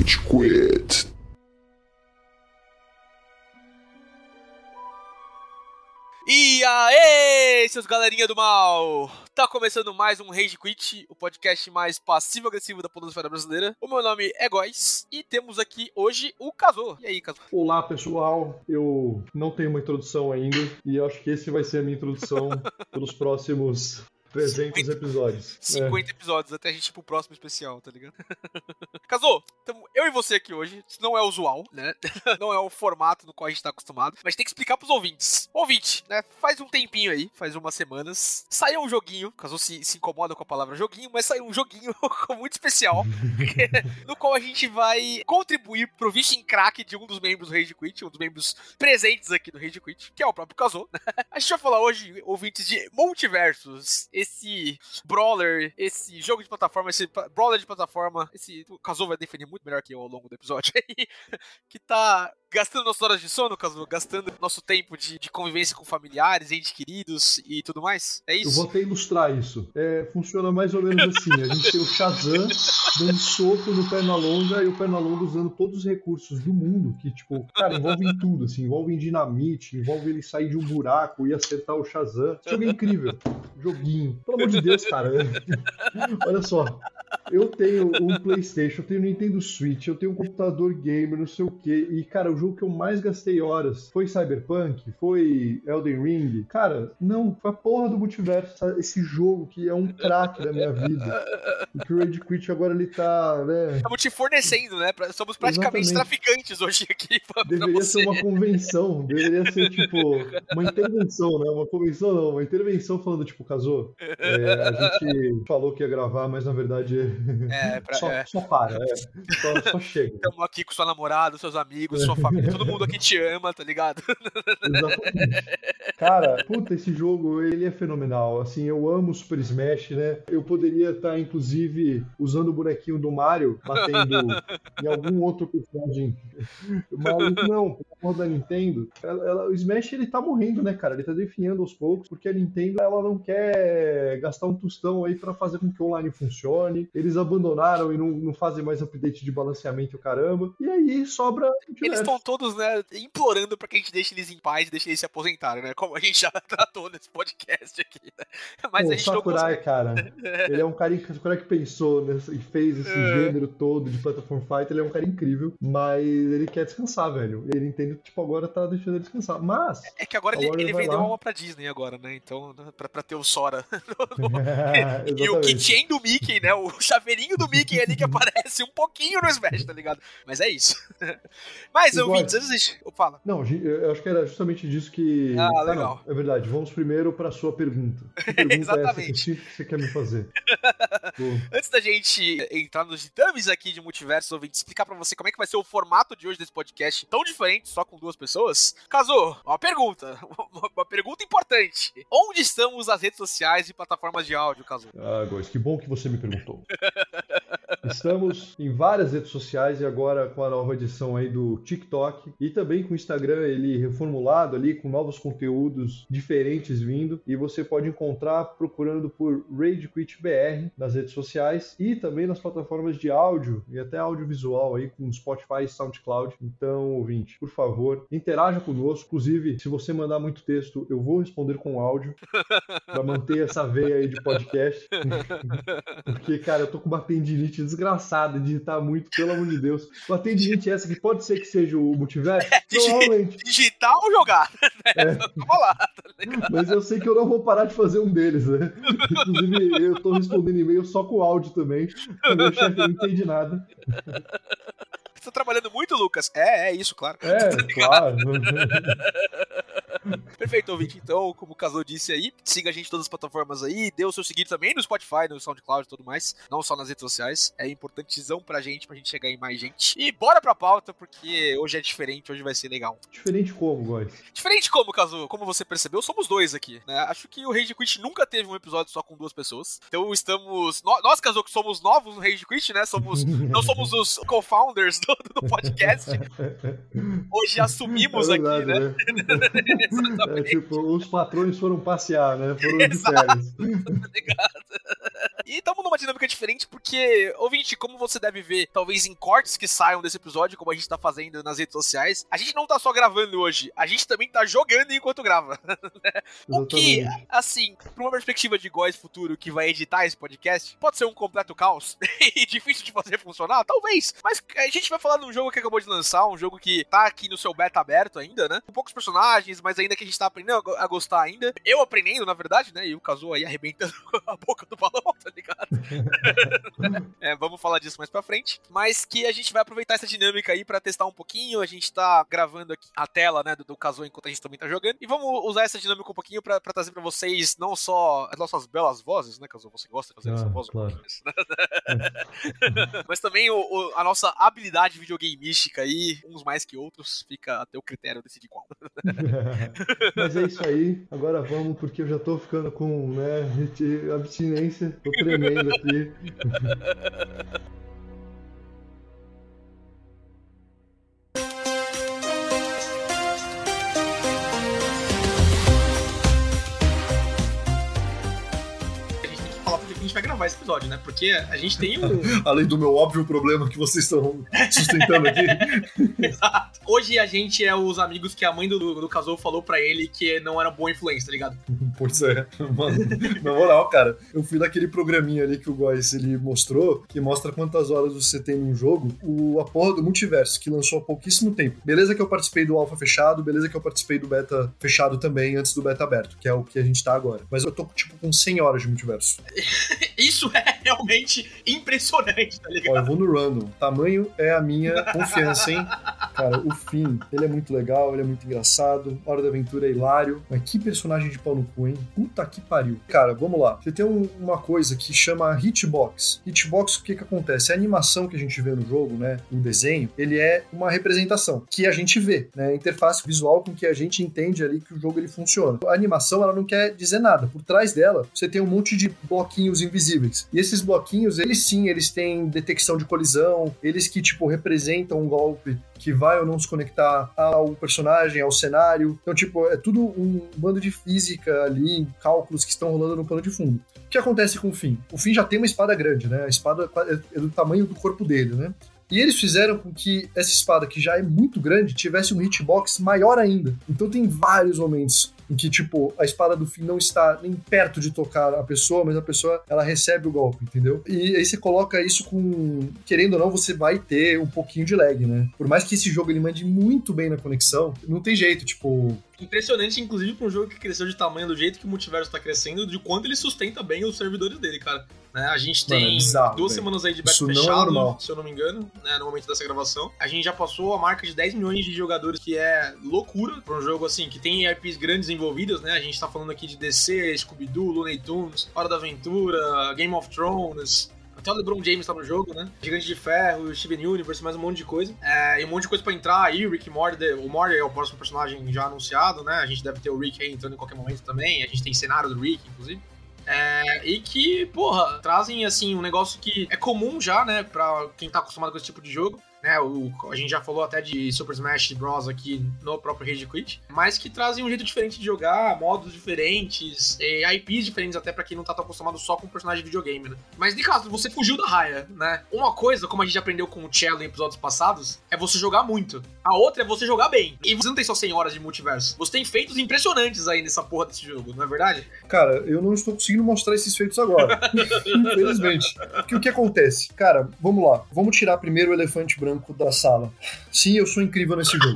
Rage Quit. E aê, seus galerinha do mal! Tá começando mais um Rage Quit, o podcast mais passivo-agressivo da podosfera brasileira. O meu nome é Góis e temos aqui hoje o Kazô. E aí, Kazô? Olá, pessoal. Eu não tenho uma introdução ainda e eu acho que esse vai ser a minha introdução pelos próximos 300 episódios. 50 episódios, até a gente ir pro próximo especial, tá ligado? Kazô, eu e você aqui hoje, isso não é usual, né? Não é o formato no qual a gente tá acostumado, mas tem que explicar pros ouvintes. Ouvinte, né? Faz um tempinho aí, faz umas semanas, saiu um joguinho, Kazô se incomoda com a palavra joguinho, mas saiu um joguinho muito especial, no qual a gente vai contribuir pro Vixe em Crack de um dos membros do Rage Quit, um dos membros presentes aqui do Rage Quit, que é o próprio Kazô. A gente vai falar hoje, ouvintes, de Multiversus, esse brawler, esse jogo de plataforma, esse brawler de plataforma, o Kazô vai definir muito melhor que eu ao longo do episódio aí, que tá gastando nossas horas de sono, Kazô, gastando nosso tempo de convivência com familiares, entes queridos e tudo mais. É isso? Eu vou até ilustrar isso. Funciona mais ou menos assim. A gente tem o Shazam dando soco no Pernalonga e o Pernalonga usando todos os recursos do mundo, que, tipo, cara, envolvem tudo, assim, envolvem dinamite, envolve ele sair de um buraco e acertar o Shazam. Esse jogo é incrível. Joguinho. Pelo amor de Deus, cara. Olha só. Eu tenho um PlayStation, eu tenho um Nintendo Switch, eu tenho um computador gamer, não sei o quê. E, cara, o jogo que eu mais gastei horas foi Cyberpunk, foi Elden Ring. Cara, não, foi a porra do Multiverso. Esse jogo que é um craque da minha vida. E que o Rage Quit agora ele tá, né? Estamos te fornecendo, né? Somos praticamente traficantes hoje aqui. Deveria ser uma convenção, deveria ser tipo uma intervenção, né? Uma convenção não, uma intervenção falando tipo, Kazô, a gente falou que ia gravar, mas na verdade só para, só chega. Estamos aqui com sua namorada, seus amigos, sua família, todo mundo aqui te ama, tá ligado? Exatamente. Cara, puta, esse jogo, ele é fenomenal, assim, eu amo Super Smash, né? Eu poderia estar, inclusive, usando o bonequinho do Mario, batendo em algum outro personagem, mas não, pelo amor da Nintendo, o Smash, ele tá morrendo, né, cara? Ele tá definhando aos poucos, porque a Nintendo, ela não quer gastar um tostão aí pra fazer com que o online funcione, eles abandonaram e não fazem mais update de balanceamento e o caramba, e aí sobra... Eles estão todos, né, implorando pra que a gente deixe eles em paz e deixe eles se aposentarem, né, como a gente já tratou nesse podcast aqui, né? Mas a gente Sakurai, cara, ele é um cara que pensou e fez esse gênero todo de Platform Fighter, ele é um cara incrível, mas ele quer descansar, velho, e ele entende que, tipo, agora tá deixando ele descansar, mas... É que agora ele vendeu a alma pra Disney agora, né, então, pra ter o Sora e o keychain do Mickey, né, o chaveirinho do Mickey ali que aparece um pouquinho no Smash, tá ligado? Mas é isso. Mas, ouvintes, antes de... Fala. Não, eu acho que era justamente disso que... legal. Não, é verdade, vamos primeiro pra sua pergunta. Que pergunta Exatamente. É essa que eu sinto que você quer me fazer? Antes da gente entrar nos ditames aqui de Multiverso, ouvintes, explicar pra você como é que vai ser o formato de hoje desse podcast, tão diferente, só com duas pessoas. Kazô, uma pergunta importante. Onde estamos as redes sociais e plataformas de áudio, Kazô? Góis, que bom que você me perguntou. Estamos em várias redes sociais e agora com a nova edição aí do TikTok e também com o Instagram, ele reformulado ali, com novos conteúdos diferentes vindo, e você pode encontrar procurando por Rage Quit BR nas redes sociais e também nas plataformas de áudio e até audiovisual aí com Spotify e SoundCloud. Então, ouvinte, por favor, interaja conosco. Inclusive, se você mandar muito texto, eu vou responder com áudio para manter essa veia aí de podcast. Porque, cara, eu tô com uma tendinite desgraçada de digitar muito, pelo amor de Deus. Uma tendinite essa que pode ser que seja o Multiverso? Provavelmente. Digitar ou jogar? Vamos lá. Tá, mas eu sei que eu não vou parar de fazer um deles, né? Inclusive, eu tô respondendo e-mail só com áudio também. Meu chefe não entende nada. Você tá trabalhando muito, Lucas? É isso, claro. Claro. Perfeito, ouvinte. Então, como o Kazô disse aí, siga a gente em todas as plataformas aí, dê o seu seguir também no Spotify, no SoundCloud e tudo mais, não só nas redes sociais. É importantezão pra gente chegar em mais gente. E bora pra pauta, porque hoje é diferente, hoje vai ser legal. Diferente como, Góis? Diferente como, Kazô? Como você percebeu, somos dois aqui, né? Acho que o Rage Quit nunca teve um episódio só com duas pessoas. Então estamos... Nós, Kazô, que somos novos no Rage Quit, né? Não somos os co-founders do podcast. Hoje assumimos verdade, aqui, né? Tipo, os patrões foram passear, né? Foram de férias. Obrigado. E estamos numa dinâmica diferente porque, ouvinte, como você deve ver, talvez em cortes que saiam desse episódio, como a gente tá fazendo nas redes sociais, a gente não tá só gravando hoje, a gente também tá jogando enquanto grava. O que, assim, pra uma perspectiva de Góis Futuro que vai editar esse podcast, pode ser um completo caos e difícil de fazer funcionar, talvez. Mas a gente vai falar de um jogo que acabou de lançar, um jogo que tá aqui no seu beta aberto ainda, né? Com poucos personagens, mas ainda que a gente tá aprendendo a gostar ainda. Eu aprendendo, na verdade, né? E o Kazuo aí arrebentando a boca do balão, tá ligado? Vamos falar disso mais pra frente. Mas que a gente vai aproveitar essa dinâmica aí pra testar um pouquinho. A gente tá gravando aqui a tela, né, do Kazuo enquanto a gente também tá jogando. E vamos usar essa dinâmica um pouquinho pra trazer pra vocês não só as nossas belas vozes, né, Kazuo? Você gosta de fazer essa voz? Claro. Mas também a nossa habilidade videogameística aí, uns mais que outros, fica a teu critério decidir qual. Mas é isso aí. Agora vamos, porque eu já tô ficando com, né, abstinência. Tô tremendo aqui. A gente vai gravar esse episódio, né? Porque a gente tem Além do meu óbvio problema que vocês estão sustentando aqui. Exato. Hoje a gente é os amigos que a mãe do Kazuo falou pra ele que não era boa influência, tá ligado? Pois é. Mano, na moral, cara, eu fui naquele programinha ali que o Góis ele mostrou, que mostra quantas horas você tem num jogo, a porra do Multiverso, que lançou há pouquíssimo tempo. Beleza que eu participei do alpha fechado, beleza que eu participei do beta fechado também, antes do beta aberto, que é o que a gente tá agora. Mas eu tô, tipo, com 100 horas de Multiverso. Isso é realmente impressionante, tá ligado? Ó, eu vou no random. Tamanho é a minha confiança, hein? Cara, o Finn, ele é muito legal, ele é muito engraçado. Hora da Aventura é hilário. Mas que personagem de pau no cu, hein? Puta que pariu. Cara, vamos lá. Você tem uma coisa que chama Hitbox. Hitbox, o que acontece? A animação que a gente vê no jogo, né? O desenho, ele é uma representação que a gente vê, né? A interface visual com que a gente entende ali que o jogo ele funciona. A animação, ela não quer dizer nada. Por trás dela, você tem um monte de bloquinhos invisíveis. E esses bloquinhos, eles têm detecção de colisão, eles que, tipo, representam um golpe que vai ou não se conectar ao personagem, ao cenário. Então, tipo, é tudo um bando de física ali, cálculos que estão rolando no plano de fundo. O que acontece com o Finn? O Finn já tem uma espada grande, né? A espada é do tamanho do corpo dele, né? E eles fizeram com que essa espada, que já é muito grande, tivesse um hitbox maior ainda. Então tem vários momentos em que, tipo, a espada do Finn não está nem perto de tocar a pessoa, mas a pessoa, ela recebe o golpe, entendeu? E aí você coloca isso com... Querendo ou não, você vai ter um pouquinho de lag, né? Por mais que esse jogo, ele mande muito bem na conexão, não tem jeito, tipo... Impressionante, inclusive, pra um jogo que cresceu de tamanho do jeito que o Multiverso tá crescendo, de quanto ele sustenta bem os servidores dele, cara. Né? A gente tem duas semanas aí de beta fechado, se eu não me engano, né, no momento dessa gravação. A gente já passou a marca de 10 milhões de jogadores, que é loucura pra um jogo assim, que tem IPs grandes envolvidas, né? A gente tá falando aqui de DC, Scooby-Doo, Looney Tunes, Hora da Aventura, Game of Thrones... Até o LeBron James tá no jogo, né? Gigante de Ferro, Steven Universe, mais um monte de coisa. E um monte de coisa pra entrar aí, Rick e Morty. O Morty é o próximo personagem já anunciado, né? A gente deve ter o Rick aí entrando em qualquer momento também. A gente tem cenário do Rick, inclusive. E que, porra, trazem, assim, um negócio que é comum já, né? Pra quem tá acostumado com esse tipo de jogo. Né, a gente já falou até de Super Smash Bros. Aqui no próprio Rage Quit, mas que trazem um jeito diferente de jogar, modos diferentes, IPs diferentes até pra quem não tá tão acostumado só com personagem de videogame, né? Mas, de caso, você fugiu da raia, né? Uma coisa, como a gente aprendeu com o Cello em episódios passados, é você jogar muito. A outra é você jogar bem. E você não tem só 100 horas de multiverso. Você tem feitos impressionantes aí nessa porra desse jogo, não é verdade? Cara, eu não estou conseguindo mostrar esses feitos agora. Infelizmente. Porque o que acontece? Cara, vamos lá. Vamos tirar primeiro o elefante branco da sala. Sim, eu sou incrível nesse jogo.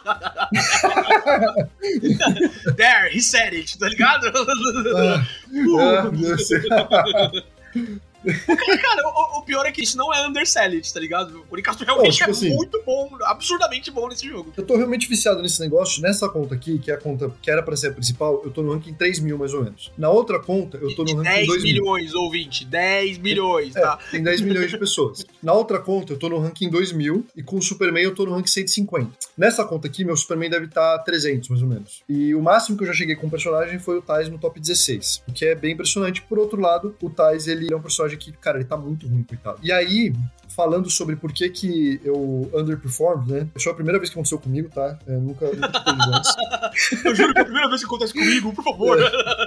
There, he said it, tá ligado? Cara, o pior é que isso não é undersell it, tá ligado? O Ricardo realmente é assim, muito bom, absurdamente bom nesse jogo. Eu tô realmente viciado nesse negócio. Nessa conta aqui, que é a conta que era pra ser a principal, eu tô no ranking 3 mil, mais ou menos. Na outra conta, eu tô no ranking 2 mil. 10 milhões, ouvinte. 10 milhões, tá? Tem 10 milhões de pessoas. Na outra conta, eu tô no ranking 2 mil e com o Superman eu tô no ranking 150. Nessa conta aqui, meu Superman deve estar 300, mais ou menos. E o máximo que eu já cheguei com o personagem foi o Tais no top 16, o que é bem impressionante. Por outro lado, o Tais, ele é um personagem que, cara, ele tá muito ruim, coitado. E aí, falando sobre por que eu underperformed, né? Isso é a primeira vez que aconteceu comigo, tá? Eu nunca tive antes. Eu juro que é a primeira vez que acontece comigo, por favor.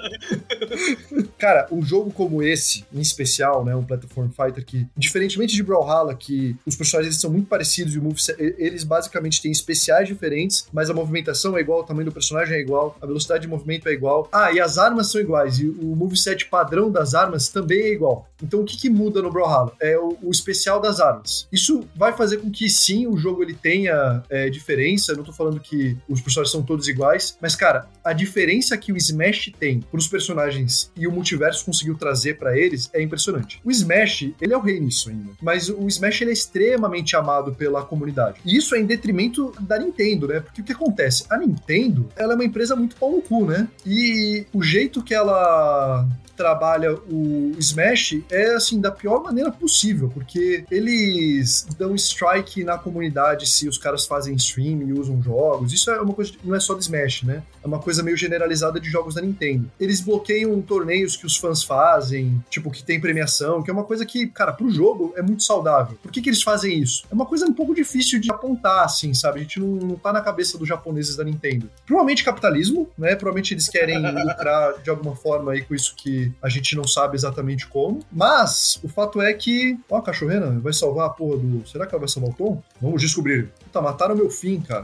Cara, um jogo como esse, em especial, né, um platform fighter que, diferentemente de Brawlhalla, que os personagens são muito parecidos e o moveset, eles basicamente têm especiais diferentes, mas a movimentação é igual, o tamanho do personagem é igual, a velocidade de movimento é igual. Ah, e as armas são iguais, e o moveset padrão das armas também é igual. Então o que muda no Brawlhalla? É o especial das armas. Isso vai fazer com que sim, o jogo ele tenha diferença, eu não tô falando que os personagens são todos iguais, mas cara, a diferença que o Smash tem pros personagens e o multiverso conseguiu trazer pra eles é impressionante. O Smash, ele é o rei nisso ainda, mas o Smash ele é extremamente amado pela comunidade. E isso é em detrimento da Nintendo, né? Porque o que acontece? A Nintendo, ela é uma empresa muito pau no cu, né? E o jeito que ela trabalha o Smash é, assim, da pior maneira possível, porque eles dão strike na comunidade se os caras fazem stream e usam jogos. Isso é uma coisa, não é só do Smash, né? É uma coisa meio generalizada de jogos da Nintendo. Eles bloqueiam torneios que os fãs fazem, tipo, que tem premiação, que é uma coisa que, cara, pro jogo é muito saudável. Por que eles fazem isso? É uma coisa um pouco difícil de apontar, assim, sabe? A gente não tá na cabeça dos japoneses da Nintendo. Provavelmente capitalismo, né? Provavelmente eles querem lucrar de alguma forma aí com isso que a gente não sabe exatamente como. Mas o fato é que... Ó, a cachorrena vai salvar a porra do... Será que ela vai salvar o Tom? Vamos descobrir. Puta, mataram meu fim, cara.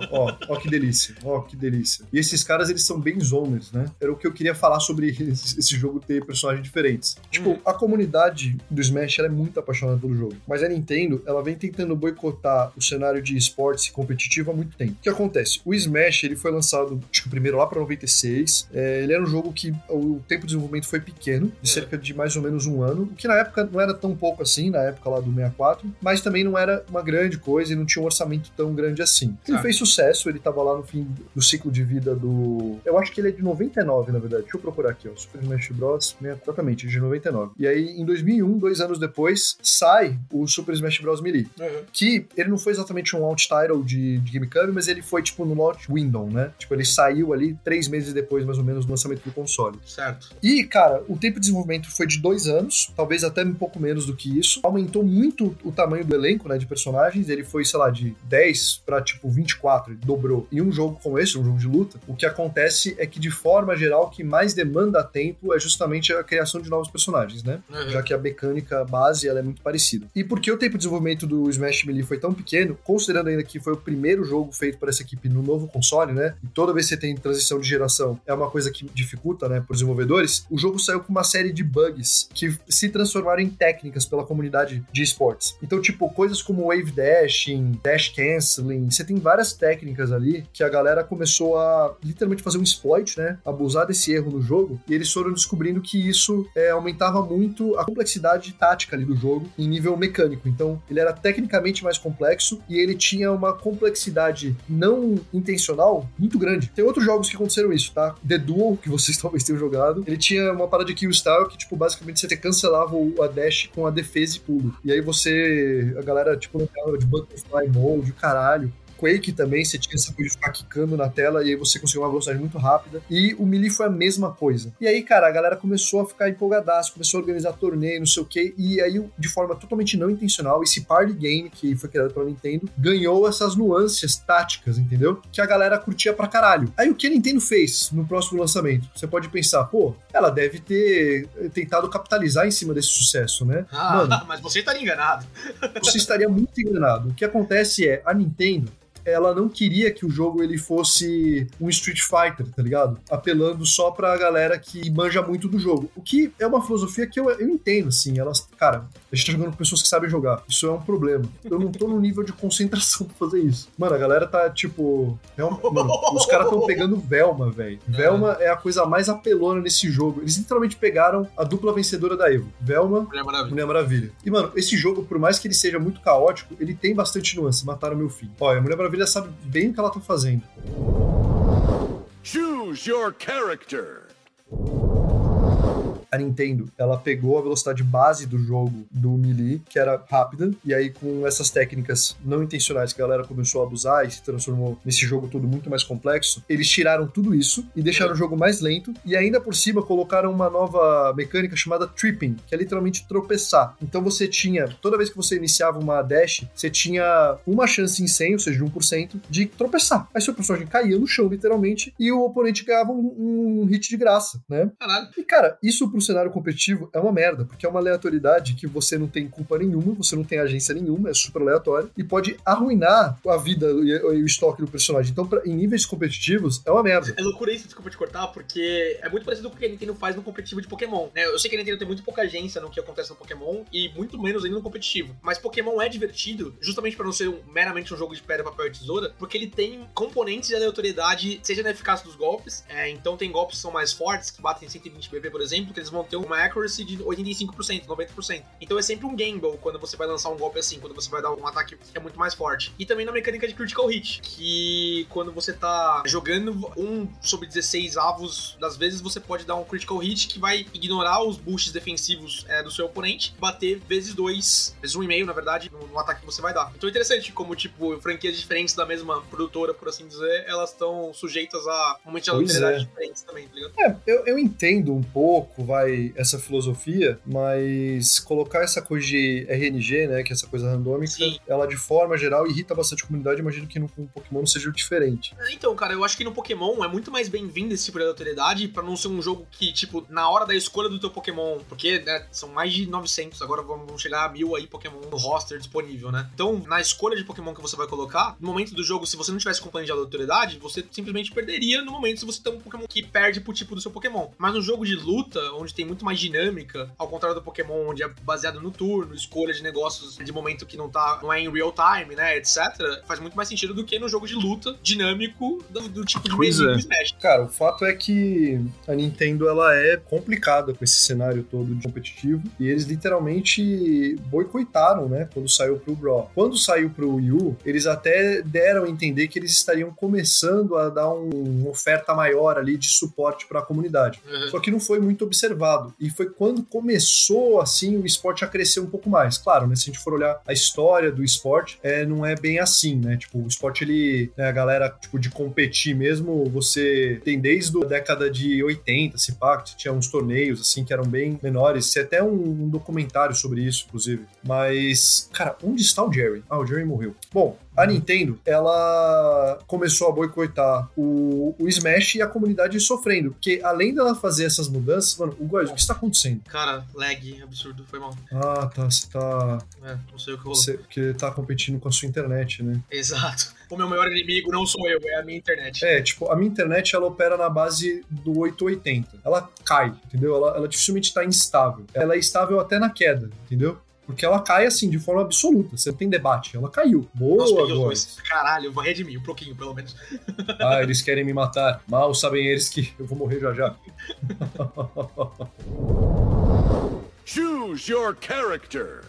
Ó que delícia. Ó, que delícia. E esses caras, eles são bem zoners, né? Era o que eu queria falar sobre esse jogo ter personagens diferentes. Tipo, a comunidade do Smash, ela é muito apaixonada pelo jogo. Mas a Nintendo, ela vem tentando boicotar o cenário de esportes competitivo há muito tempo. O que acontece? O Smash, ele foi lançado, acho que primeiro lá pra 96. Ele era um jogo que o tempo de desenvolvimento foi pequeno, de cerca de mais ou menos um ano, o que na época não era tão pouco assim, na época lá do 64, mas também não era uma grande coisa e não tinha um orçamento tão grande assim. Ele fez sucesso, ele tava lá no fim do ciclo de vida do... Eu acho que ele é de 99, na verdade. Deixa eu procurar aqui, ó. Super Smash Bros. Exatamente, de 99. E aí, em 2001, 2 anos depois, sai o Super Smash Bros. Melee. Que ele não foi exatamente um launch title de GameCube, mas ele foi, tipo, no launch window, né? Tipo, ele saiu ali 3 meses depois, mais ou menos, do lançamento do console. Certo. E, cara, o tempo de desenvolvimento foi de 2 anos, talvez até um pouco menos do que isso. Aumentou muito o tamanho do elenco, né, de personagens. Ele foi, sei lá, de 10 pra, tipo, 24, ele dobrou. E um jogo como esse, um jogo de luta, o que acontece é que, de forma geral, o que mais demanda tempo é justamente a criação de novos personagens, né? Já que a mecânica base, ela é muito parecida. E por que o tempo de desenvolvimento do Smash Melee foi tão pequeno, considerando ainda que foi o primeiro jogo feito por essa equipe no novo console, né? E toda vez que você tem transição de geração, é uma coisa que dificulta, né, pros desenvolvedores, o jogo saiu com uma série de bugs que se transformaram em técnicas pela comunidade de esportes. Então, tipo, coisas como wave dashing, dash canceling, você tem várias técnicas ali que a galera começou a literalmente fazer um exploit, né? Abusar desse erro no jogo, e eles foram descobrindo que isso aumentava muito a complexidade tática ali do jogo em nível mecânico. Então, ele era tecnicamente mais complexo e ele tinha uma complexidade não intencional muito grande. Tem outros jogos que aconteceram isso, tá? The Duel, que vocês talvez tenham jogado, ele tinha uma parada de kill style que, tipo, basicamente você cancelava a dash com a defesa e pulo. E aí a galera, tipo, não tava de butterfly mode, caralho. Quake também, você tinha essa coisa de ficar quicando na tela e aí você conseguia uma velocidade muito rápida. E o Melee foi a mesma coisa. E aí, cara, a galera começou a ficar empolgadaço, começou a organizar torneio, não sei o quê, e aí, de forma totalmente não intencional, esse party game, que foi criado pela Nintendo, ganhou essas nuances táticas, entendeu? Que a galera curtia pra caralho. Aí, o que a Nintendo fez no próximo lançamento? Você pode pensar, pô, ela deve ter tentado capitalizar em cima desse sucesso, né? Mano, mas você estaria enganado. Você estaria muito enganado. O que acontece é, a Nintendo, ela não queria que o jogo ele fosse um Street Fighter, tá ligado? Apelando só pra galera que manja muito do jogo. O que é uma filosofia que eu entendo, assim. Elas, cara, a gente tá jogando com pessoas que sabem jogar. Isso é um problema. Eu não tô no nível de concentração pra fazer isso. Mano, a galera tá, tipo... Mano, os caras tão pegando Velma, velho. Velma é a coisa mais apelona nesse jogo. Eles literalmente pegaram a dupla vencedora da Evo. Velma, Mulher Maravilha. E, mano, esse jogo, por mais que ele seja muito caótico, ele tem bastante nuance. Mataram meu filho. Olha, a Mulher Maravilha sabe bem o que ela tá fazendo. Choose your character. a Nintendo, ela pegou a velocidade base do jogo do Melee, que era rápida, e aí com essas técnicas não intencionais que a galera começou a abusar e se transformou nesse jogo todo muito mais complexo, eles tiraram tudo isso e deixaram o jogo mais lento, e ainda por cima colocaram uma nova mecânica chamada tripping, que é literalmente tropeçar. Então você tinha, toda vez que você iniciava uma dash, você tinha uma chance em 100, ou seja, de 1%, de tropeçar. Aí seu personagem caía no chão, literalmente, e o oponente ganhava um hit de graça, né? Caralho. E, cara, isso pro cenário competitivo é uma merda, porque é uma aleatoriedade que você não tem culpa nenhuma, você não tem agência nenhuma, é super aleatório, e pode arruinar a vida e o estoque do personagem. Então, em níveis competitivos, é uma merda. É loucura isso, desculpa te cortar, porque é muito parecido com o que a Nintendo faz no competitivo de Pokémon, né? Eu sei que a Nintendo tem muito pouca agência no que acontece no Pokémon, e muito menos ainda no competitivo. Mas Pokémon é divertido, justamente pra não ser meramente um jogo de pedra, papel e tesoura, porque ele tem componentes de aleatoriedade, seja na eficácia dos golpes, então tem golpes que são mais fortes, que batem 120 BP, por exemplo, que eles vão ter uma accuracy de 85%, 90%. Então é sempre um gamble quando você vai lançar um golpe assim, quando você vai dar um ataque que é muito mais forte. E também na mecânica de critical hit, que quando você tá jogando 1 sobre 16 avos das vezes, você pode dar um critical hit que vai ignorar os boosts defensivos do seu oponente, bater vezes 2, vezes 1,5, na verdade, no ataque que você vai dar. Então é interessante como, tipo, franquias diferentes da mesma produtora, por assim dizer, elas estão sujeitas a momentos de aleatoriedade diferentes também, tá ligado? Eu entendo um pouco, essa filosofia, mas colocar essa coisa de RNG, né, que é essa coisa randômica, Sim. ela de forma geral irrita bastante a comunidade, imagino que no Pokémon não seja diferente. Então, cara, eu acho que no Pokémon é muito mais bem-vindo esse tipo de aleatoriedade pra não ser um jogo que, tipo, na hora da escolha do teu Pokémon, porque, né, são mais de 900, agora vamos chegar a 1000 aí Pokémon no roster disponível, né? Então, na escolha de Pokémon que você vai colocar, no momento do jogo, se você não tivesse companhia de aleatoriedade, você simplesmente perderia no momento se você tem um Pokémon que perde pro tipo do seu Pokémon. Mas no jogo de luta, onde tem muito mais dinâmica, ao contrário do Pokémon, onde é baseado no turno, escolha de negócios de momento que não é em real time, né, etc., faz muito mais sentido do que no jogo de luta dinâmico do tipo de Melee do Smash. Cara, o fato é que a Nintendo, ela é complicada com esse cenário todo de competitivo, e eles literalmente boicotaram, né, quando saiu pro Brawl. Quando saiu pro Wii U, eles até deram a entender que eles estariam começando a dar uma oferta maior ali de suporte para a comunidade. Só que não foi muito observado. E foi quando começou, assim, o esporte a crescer um pouco mais. Claro, né, se a gente for olhar a história do esporte, não é bem assim, né? Tipo, o esporte, ele, né, a galera, tipo, de competir mesmo, você tem desde a década de 80, se pá, que tinha uns torneios, assim, que eram bem menores. Tem até um documentário sobre isso, inclusive. Mas, cara, onde está o Jerry? O Jerry morreu. Bom, a Nintendo, ela começou a boicotar o Smash e a comunidade sofrendo. Porque além dela fazer essas mudanças, mano, o que está acontecendo? Cara, lag, absurdo, foi mal. Tá, você tá... não sei o que rolou. Porque tá competindo com a sua internet, né? Exato. O meu maior inimigo não sou eu, é a minha internet. Tipo, a minha internet, ela opera na base do 880. Ela cai, entendeu? Ela dificilmente tá instável. Ela é estável até na queda, entendeu? Porque ela cai, assim, de forma absoluta. Você não tem debate. Ela caiu. Boa, agora. Caralho, eu vou redimir um pouquinho, pelo menos. Eles querem me matar. Mal sabem eles que eu vou morrer já já. Choose your character.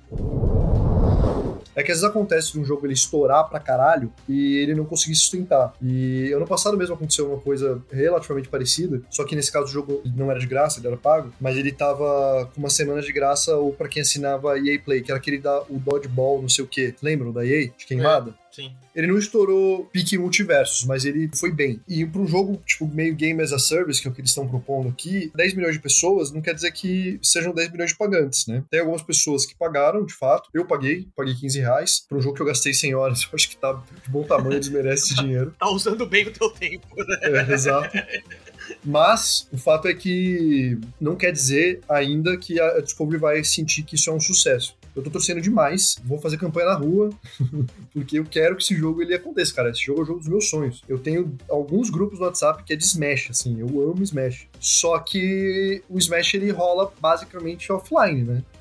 É que às vezes acontece de um jogo ele estourar pra caralho e ele não conseguir sustentar. E ano passado mesmo aconteceu uma coisa relativamente parecida, só que nesse caso o jogo não era de graça, ele era pago, mas ele tava com uma semana de graça ou pra quem assinava EA Play, que era aquele o Dodgeball, não sei o que. Lembram da EA? De queimada? Sim. Ele não estourou pique multiversos, mas ele foi bem. E para um jogo, tipo, meio Game as a Service, que é o que eles estão propondo aqui, 10 milhões de pessoas não quer dizer que sejam 10 milhões de pagantes, né? Tem algumas pessoas que pagaram, de fato. Eu paguei R$15 para um jogo que eu gastei 100 horas. Eu acho que tá de bom tamanho, desmerece esse dinheiro. Tá usando bem o teu tempo, né? Exato. Mas o fato é que não quer dizer ainda que a Discovery vai sentir que isso é um sucesso. Eu tô torcendo demais, vou fazer campanha na rua, porque eu quero que esse jogo ele aconteça, cara. Esse jogo é o jogo dos meus sonhos. Eu tenho alguns grupos no WhatsApp que é de Smash, assim, eu amo Smash. Só que o Smash ele rola basicamente offline, né?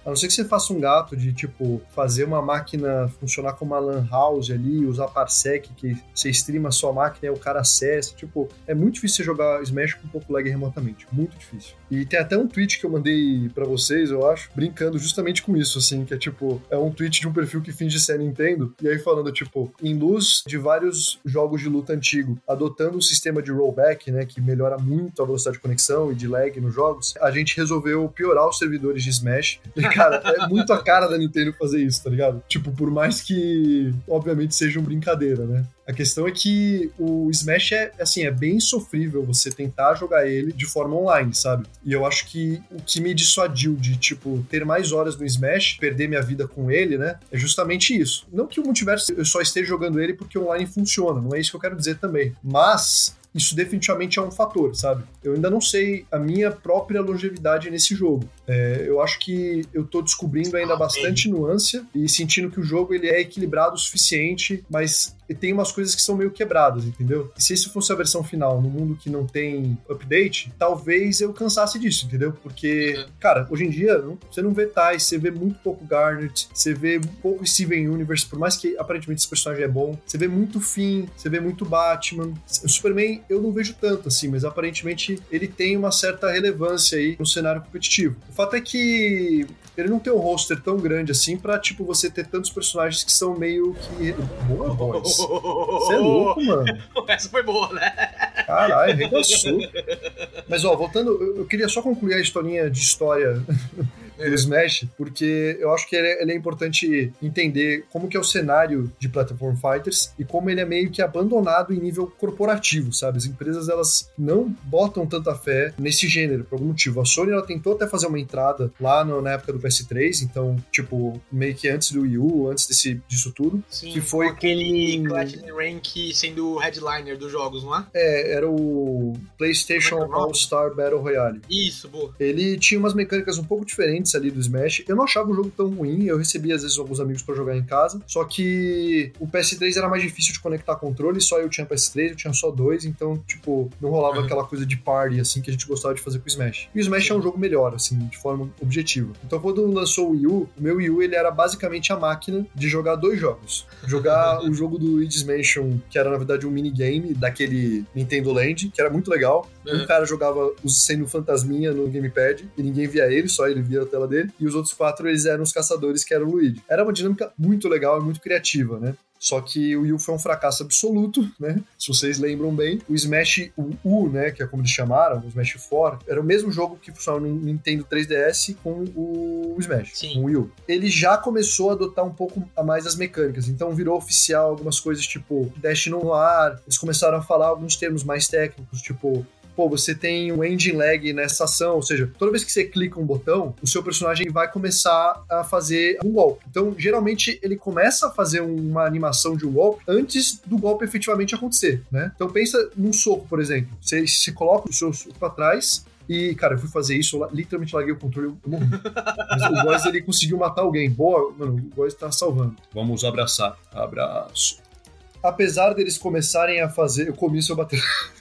A não ser que você faça um gato de, tipo, fazer uma máquina funcionar como uma lan house ali, usar parsec, que você streama a sua máquina e o cara acessa. Tipo, é muito difícil você jogar Smash com um pouco lag remotamente. Muito difícil. E tem até um tweet que eu mandei pra vocês, eu acho, brincando justamente com isso, assim, que é tipo, é um tweet de um perfil que finge ser Nintendo, e aí falando, tipo, em luz de vários jogos de luta antigo, adotando um sistema de rollback, né, que melhora muito a velocidade de conexão e de lag nos jogos, a gente resolveu piorar os servidores de Smash. E, cara, é muito a cara da Nintendo fazer isso, tá ligado? Tipo, por mais que, obviamente, seja uma brincadeira, né? A questão é que o Smash é bem sofrível você tentar jogar ele de forma online, sabe? E eu acho que o que me dissuadiu de, tipo, ter mais horas no Smash, perder minha vida com ele, né? É justamente isso. Não que o multiverso eu só esteja jogando ele porque o online funciona, não é isso que eu quero dizer também. Mas isso definitivamente é um fator, sabe? Eu ainda não sei a minha própria longevidade nesse jogo. Eu acho que eu tô descobrindo ainda bastante nuance e sentindo que o jogo ele é equilibrado o suficiente, mas tem umas coisas que são meio quebradas, entendeu? E se isso fosse a versão final, no mundo que não tem update, talvez eu cansasse disso, entendeu? Porque, cara, hoje em dia, você não vê Tais, você vê muito pouco Garnet, você vê pouco Steven Universe, por mais que aparentemente esse personagem é bom, você vê muito Finn, você vê muito Batman. O Superman eu não vejo tanto, assim, mas aparentemente ele tem uma certa relevância aí no cenário competitivo. O fato é que ele não tem um roster tão grande assim pra, tipo, você ter tantos personagens que são meio que... Boa voz. Você é louco, mano. Essa foi boa, né? Caralho, arregaçou. Mas, ó, voltando, eu queria só concluir a historinha de história do Smash, porque eu acho que ele é importante entender como que é o cenário de Platform Fighters e como ele é meio que abandonado em nível corporativo, sabe? As empresas, elas não botam tanta fé nesse gênero, por algum motivo. A Sony, ela tentou até fazer uma entrada lá na época do PS3, então, tipo, meio que antes do Wii U, antes disso tudo. Sim, que foi aquele Platinum Rank sendo o headliner dos jogos, não é? Era o PlayStation All-Star Battle Royale. Isso, boa. Ele tinha umas mecânicas um pouco diferentes ali do Smash. Eu não achava o jogo tão ruim, eu recebia às vezes alguns amigos pra jogar em casa, só que o PS3 era mais difícil de conectar controle, só eu tinha PS3, eu tinha só 2, então, tipo, não rolava aquela coisa de party, assim, que a gente gostava de fazer com o Smash. E o Smash é um jogo melhor, assim, de forma objetiva. Então, quando lançou o Wii U, o meu Wii U, ele era basicamente a máquina de jogar 2 jogos. Jogar o jogo do Luigi's Mansion, que era, na verdade, um minigame daquele Nintendo Land, que era muito legal. Um cara jogava sendo fantasminha no gamepad, e ninguém via ele, só ele via a tela dele, e os outros 4, eles eram os caçadores, que eram o Luigi. Era uma dinâmica muito legal e muito criativa, né? Só que o Wii U foi um fracasso absoluto, né? Se vocês lembram bem. O Smash U, né? Que é como eles chamaram, o Smash 4, era o mesmo jogo que funcionava no Nintendo 3DS com o Smash, Sim. com o Wii U. Ele já começou a adotar um pouco a mais as mecânicas, então virou oficial algumas coisas tipo dash no ar, eles começaram a falar alguns termos mais técnicos, tipo... Pô, você tem um engine lag nessa ação, ou seja, toda vez que você clica um botão, o seu personagem vai começar a fazer um golpe. Então, geralmente, ele começa a fazer uma animação de um golpe antes do golpe efetivamente acontecer, né? Então, pensa num soco, por exemplo. Você coloca o seu soco pra trás, e, cara, eu fui fazer isso, eu literalmente larguei o controle e morri. Mas o Góis, ele conseguiu matar alguém. Boa, mano, o Góis tá salvando. Vamos abraçar. Abraço. Apesar deles começarem a fazer... Eu comi seu bater...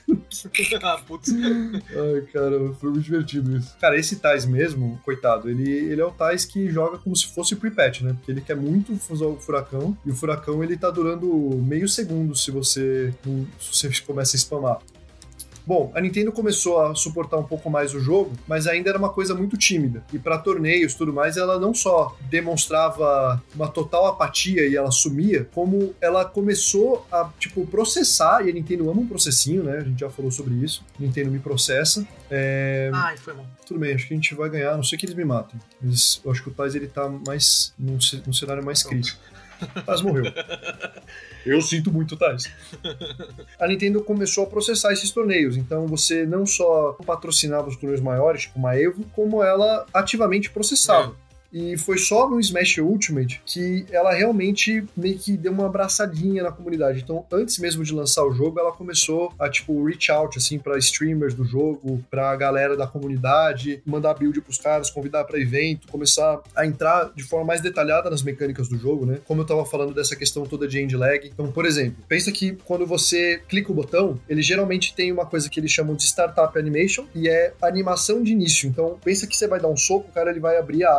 Putz. Ai, cara, foi muito divertido isso. Cara, esse Tais mesmo, coitado, ele é o Tais que joga como se fosse pre-patch, né? Porque ele quer muito usar o furacão, e o furacão ele tá durando meio segundo se você começa a spamar. Bom, a Nintendo começou a suportar um pouco mais o jogo, mas ainda era uma coisa muito tímida. E para torneios e tudo mais, ela não só demonstrava uma total apatia e ela sumia, como ela começou a, tipo, processar, e a Nintendo ama um processinho, né? A gente já falou sobre isso. A Nintendo me processa. Ai, foi bom. Tudo bem, acho que a gente vai ganhar, a não sei que eles me matem. Mas eu acho que o Tais, ele tá mais num cenário mais crítico. Tais morreu. Eu sinto muito, Tais. A Nintendo começou a processar esses torneios, então você não só patrocinava os torneios maiores, tipo uma Evo, como ela ativamente processava. E foi só no Smash Ultimate que ela realmente meio que deu uma abraçadinha na comunidade. Então, antes mesmo de lançar o jogo, ela começou a, tipo, reach out, assim, pra streamers do jogo, pra galera da comunidade, mandar build pros caras, convidar pra evento, começar a entrar de forma mais detalhada nas mecânicas do jogo, né? Como eu tava falando dessa questão toda de end lag. Então, por exemplo, pensa que quando você clica o botão, ele geralmente tem uma coisa que eles chamam de Startup Animation, e é animação de início. Então, pensa que você vai dar um soco, o cara ele vai abrir a asa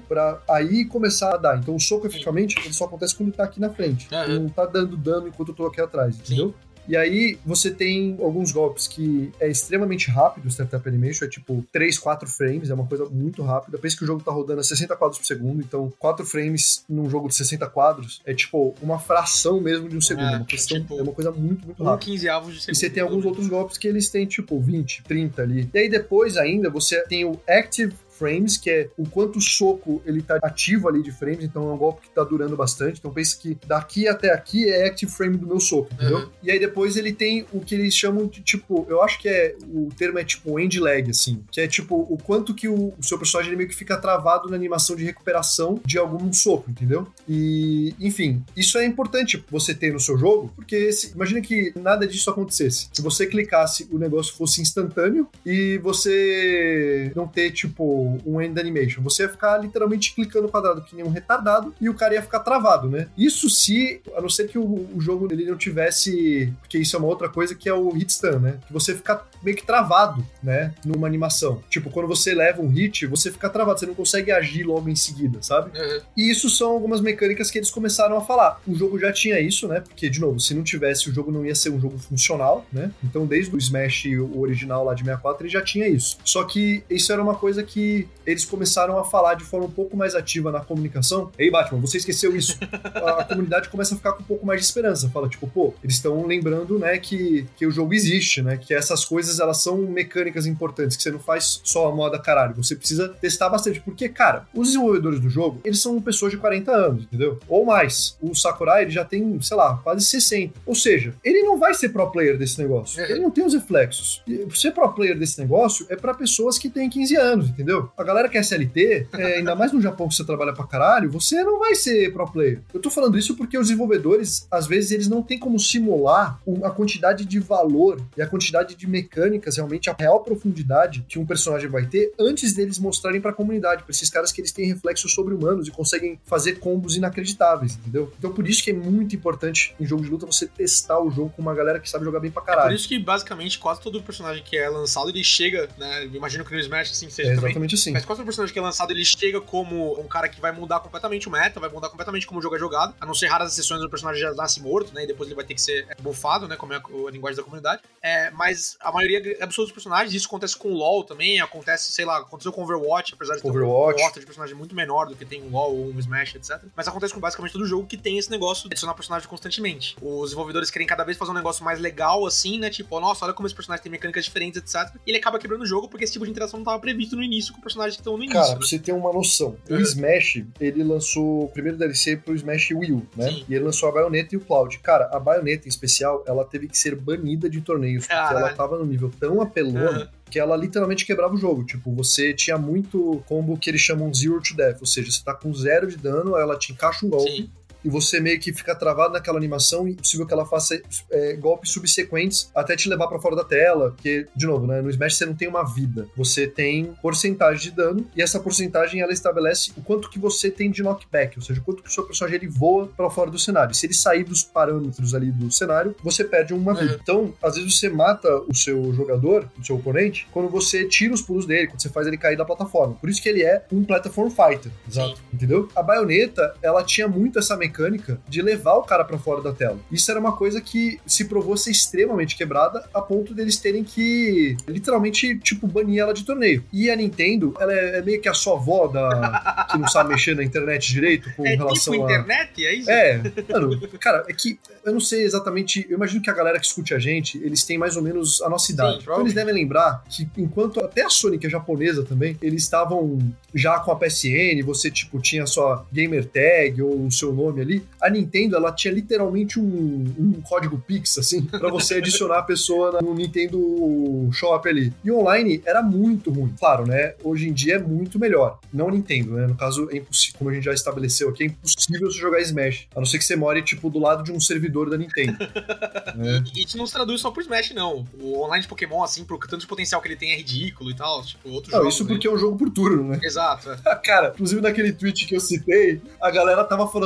pra aí começar a dar. Então o soco, efetivamente, ele só acontece quando tá aqui na frente. Ele não tá dando dano enquanto eu tô aqui atrás, entendeu? E aí, você tem alguns golpes que é extremamente rápido, o Startup Animation, é tipo 3, 4 frames, é uma coisa muito rápida. Pensa que o jogo tá rodando a 60 quadros por segundo, então 4 frames num jogo de 60 quadros é tipo uma fração mesmo de um segundo. É uma coisa muito, muito rápida. 15 avos de segundo. E você tem alguns outros golpes que eles têm tipo 20, 30 ali. E aí depois ainda, você tem o Active Frames, que é o quanto o soco ele tá ativo ali de frames, então é um golpe que tá durando bastante. Então pensa que daqui até aqui é active frame do meu soco, entendeu? E aí depois ele tem o que eles chamam de tipo, eu acho que o termo é tipo end lag, assim, que é tipo o quanto que o seu personagem ele meio que fica travado na animação de recuperação de algum soco, entendeu? E, enfim, isso é importante você ter no seu jogo, porque imagina que nada disso acontecesse. Se você clicasse, o negócio fosse instantâneo e você não ter, tipo, um end animation. Você ia ficar literalmente clicando no quadrado que nem um retardado e o cara ia ficar travado, né? Isso se, a não ser que o jogo ele não tivesse, porque isso é uma outra coisa que é o hit stun, né? Que você fica meio que travado, né? Numa animação. Tipo, quando você leva um hit, você fica travado, você não consegue agir logo em seguida, sabe? E isso são algumas mecânicas que eles começaram a falar. O jogo já tinha isso, né? Porque, de novo, se não tivesse, o jogo não ia ser um jogo funcional, né? Então, desde o Smash, o original lá de 64, ele já tinha isso. Só que isso era uma coisa que eles começaram a falar de forma um pouco mais ativa na comunicação. Ei, Batman, você esqueceu isso. A comunidade começa a ficar com um pouco mais de esperança. Fala, tipo, pô, eles estão lembrando, né, que o jogo existe, né? Que essas coisas, elas são mecânicas importantes, que você não faz só a moda caralho. Você precisa testar bastante. Porque, cara, os desenvolvedores do jogo, eles são pessoas de 40 anos, entendeu? Ou mais. O Sakurai, ele já tem, sei lá, quase 60. Ou seja, ele não vai ser pro player desse negócio. Ele não tem os reflexos. E ser pro player desse negócio é pra pessoas que têm 15 anos, entendeu? A galera que é SLT, ainda mais no Japão que você trabalha pra caralho, você não vai ser pro player. Eu tô falando isso porque os desenvolvedores, às vezes, eles não têm como simular a quantidade de valor e a quantidade de mecânicas, realmente a real profundidade que um personagem vai ter antes deles mostrarem pra comunidade, pra esses caras que eles têm reflexos sobre-humanos e conseguem fazer combos inacreditáveis, entendeu? Então por isso que é muito importante em jogo de luta você testar o jogo com uma galera que sabe jogar bem pra caralho. Por isso que, basicamente, quase todo personagem que é lançado, ele chega, né? Eu imagino que no Smash, assim, seja também. Exatamente assim. Mas quase todo personagem que é lançado, ele chega como um cara que vai mudar completamente o meta, vai mudar completamente como o jogo é jogado, a não ser raras exceções do personagem já nasce morto, né? E depois ele vai ter que ser buffado, né? Como é a linguagem da comunidade. Mas a maioria absoluta dos personagens, isso acontece com o LoL também, acontece, sei lá, aconteceu com Overwatch, apesar de ter uma porta de personagem muito menor do que tem um LoL ou um Smash, etc. Mas acontece com basicamente todo jogo que tem esse negócio de adicionar personagem constantemente. Os desenvolvedores querem cada vez fazer um negócio mais legal, assim, né? Tipo, nossa, olha como esse personagem tem mecânicas diferentes, etc. E ele acaba quebrando o jogo porque esse tipo de interação não estava previsto no início com personagens que estão no início. Cara, pra você ter uma noção, o Smash, ele lançou o primeiro DLC pro Smash Wii U, né? Sim. E ele lançou a Bayonetta e o Cloud. Cara, a Bayonetta, em especial, ela teve que ser banida de torneios, porque ela tava no nível tão apelona que ela literalmente quebrava o jogo. Tipo, você tinha muito combo que eles chamam Zero to Death, ou seja, você tá com 0 de dano, ela te encaixa um golpe. Sim. E você meio que fica travado naquela animação e é possível que ela faça golpes subsequentes até te levar pra fora da tela, porque, de novo, né, no Smash você não tem uma vida, você tem porcentagem de dano, e essa porcentagem ela estabelece o quanto que você tem de knockback, ou seja, o quanto que o seu personagem ele voa pra fora do cenário. E se ele sair dos parâmetros ali do cenário, você perde uma vida. Então, às vezes você mata o seu jogador, o seu oponente, quando você tira os pulos dele, quando você faz ele cair da plataforma. Por isso que ele é um platform fighter, exato, entendeu? A Bayonetta, ela tinha muito essa mecânica de levar o cara pra fora da tela. Isso era uma coisa que se provou ser extremamente quebrada a ponto deles terem que literalmente, tipo, banir ela de torneio. E a Nintendo, ela é meio que a sua avó que não sabe mexer na internet direito com relação tipo internet? É isso? Mano, cara, é que eu não sei exatamente, eu imagino que a galera que escute a gente, eles têm mais ou menos a nossa idade. Sim, então eles devem lembrar que enquanto até a Sony, que é japonesa também, eles estavam já com a PSN, você, tipo, tinha a sua gamer tag ou o seu nome ali, a Nintendo, ela tinha literalmente um código Pix, assim, pra você adicionar a pessoa no Nintendo Shop ali. E online era muito ruim. Claro, né, hoje em dia é muito melhor. Não a Nintendo, né, no caso é impossível, como a gente já estabeleceu aqui, é impossível você jogar Smash, a não ser que você more, tipo, do lado de um servidor da Nintendo. Né? E isso não se traduz só pro Smash, não. O online de Pokémon, assim, pro tanto de potencial que ele tem é ridículo e tal, tipo, outros jogos. Não, isso porque é um jogo por turno, né? Exato. Cara, inclusive naquele tweet que eu citei, a galera tava falando, tipo,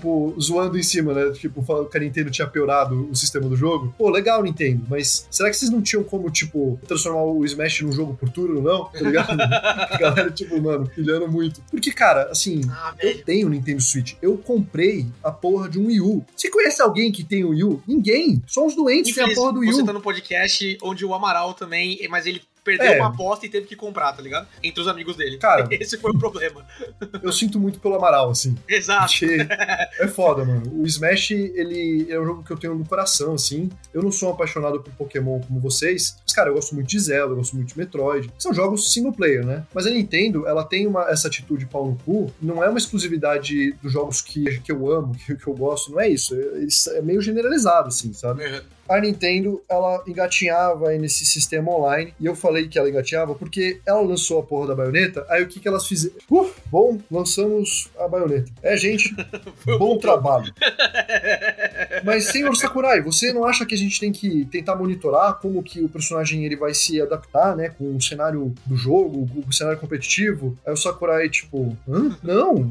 tipo, zoando em cima, né? Tipo, falando que a Nintendo tinha piorado o sistema do jogo. Pô, legal, Nintendo, mas será que vocês não tinham como, tipo, transformar o Smash num jogo por turno, não? Tá ligado? A galera, tipo, mano, pilhando muito. Porque, cara, assim, eu tenho o Nintendo Switch. Eu comprei a porra de um Wii U. Você conhece alguém que tem o Wii U? Ninguém. Só os doentes têm a porra do Wii U. Você tá no podcast onde o Amaral também, mas ele perdeu uma aposta e teve que comprar, tá ligado? Entre os amigos dele. Cara, esse foi o problema. Eu sinto muito pelo Amaral, assim. Exato. Porque é foda, mano. O Smash, ele é um jogo que eu tenho no coração, assim. Eu não sou apaixonado por Pokémon como vocês, mas, cara, eu gosto muito de Zelda, eu gosto muito de Metroid. São jogos single player, né? Mas a Nintendo, ela tem essa atitude pau no cu, não é uma exclusividade dos jogos que eu amo, que eu gosto, não é isso. É meio generalizado, assim, sabe? A Nintendo, ela engatinhava aí nesse sistema online, e eu falei que ela engatinhava porque ela lançou a porra da Bayonetta, aí o que elas fizeram? Bom, lançamos a Bayonetta. Gente, bom trabalho. Mas, senhor Sakurai, você não acha que a gente tem que tentar monitorar como que o personagem ele vai se adaptar, né, com o cenário do jogo, o cenário competitivo? Aí o Sakurai, tipo, Não,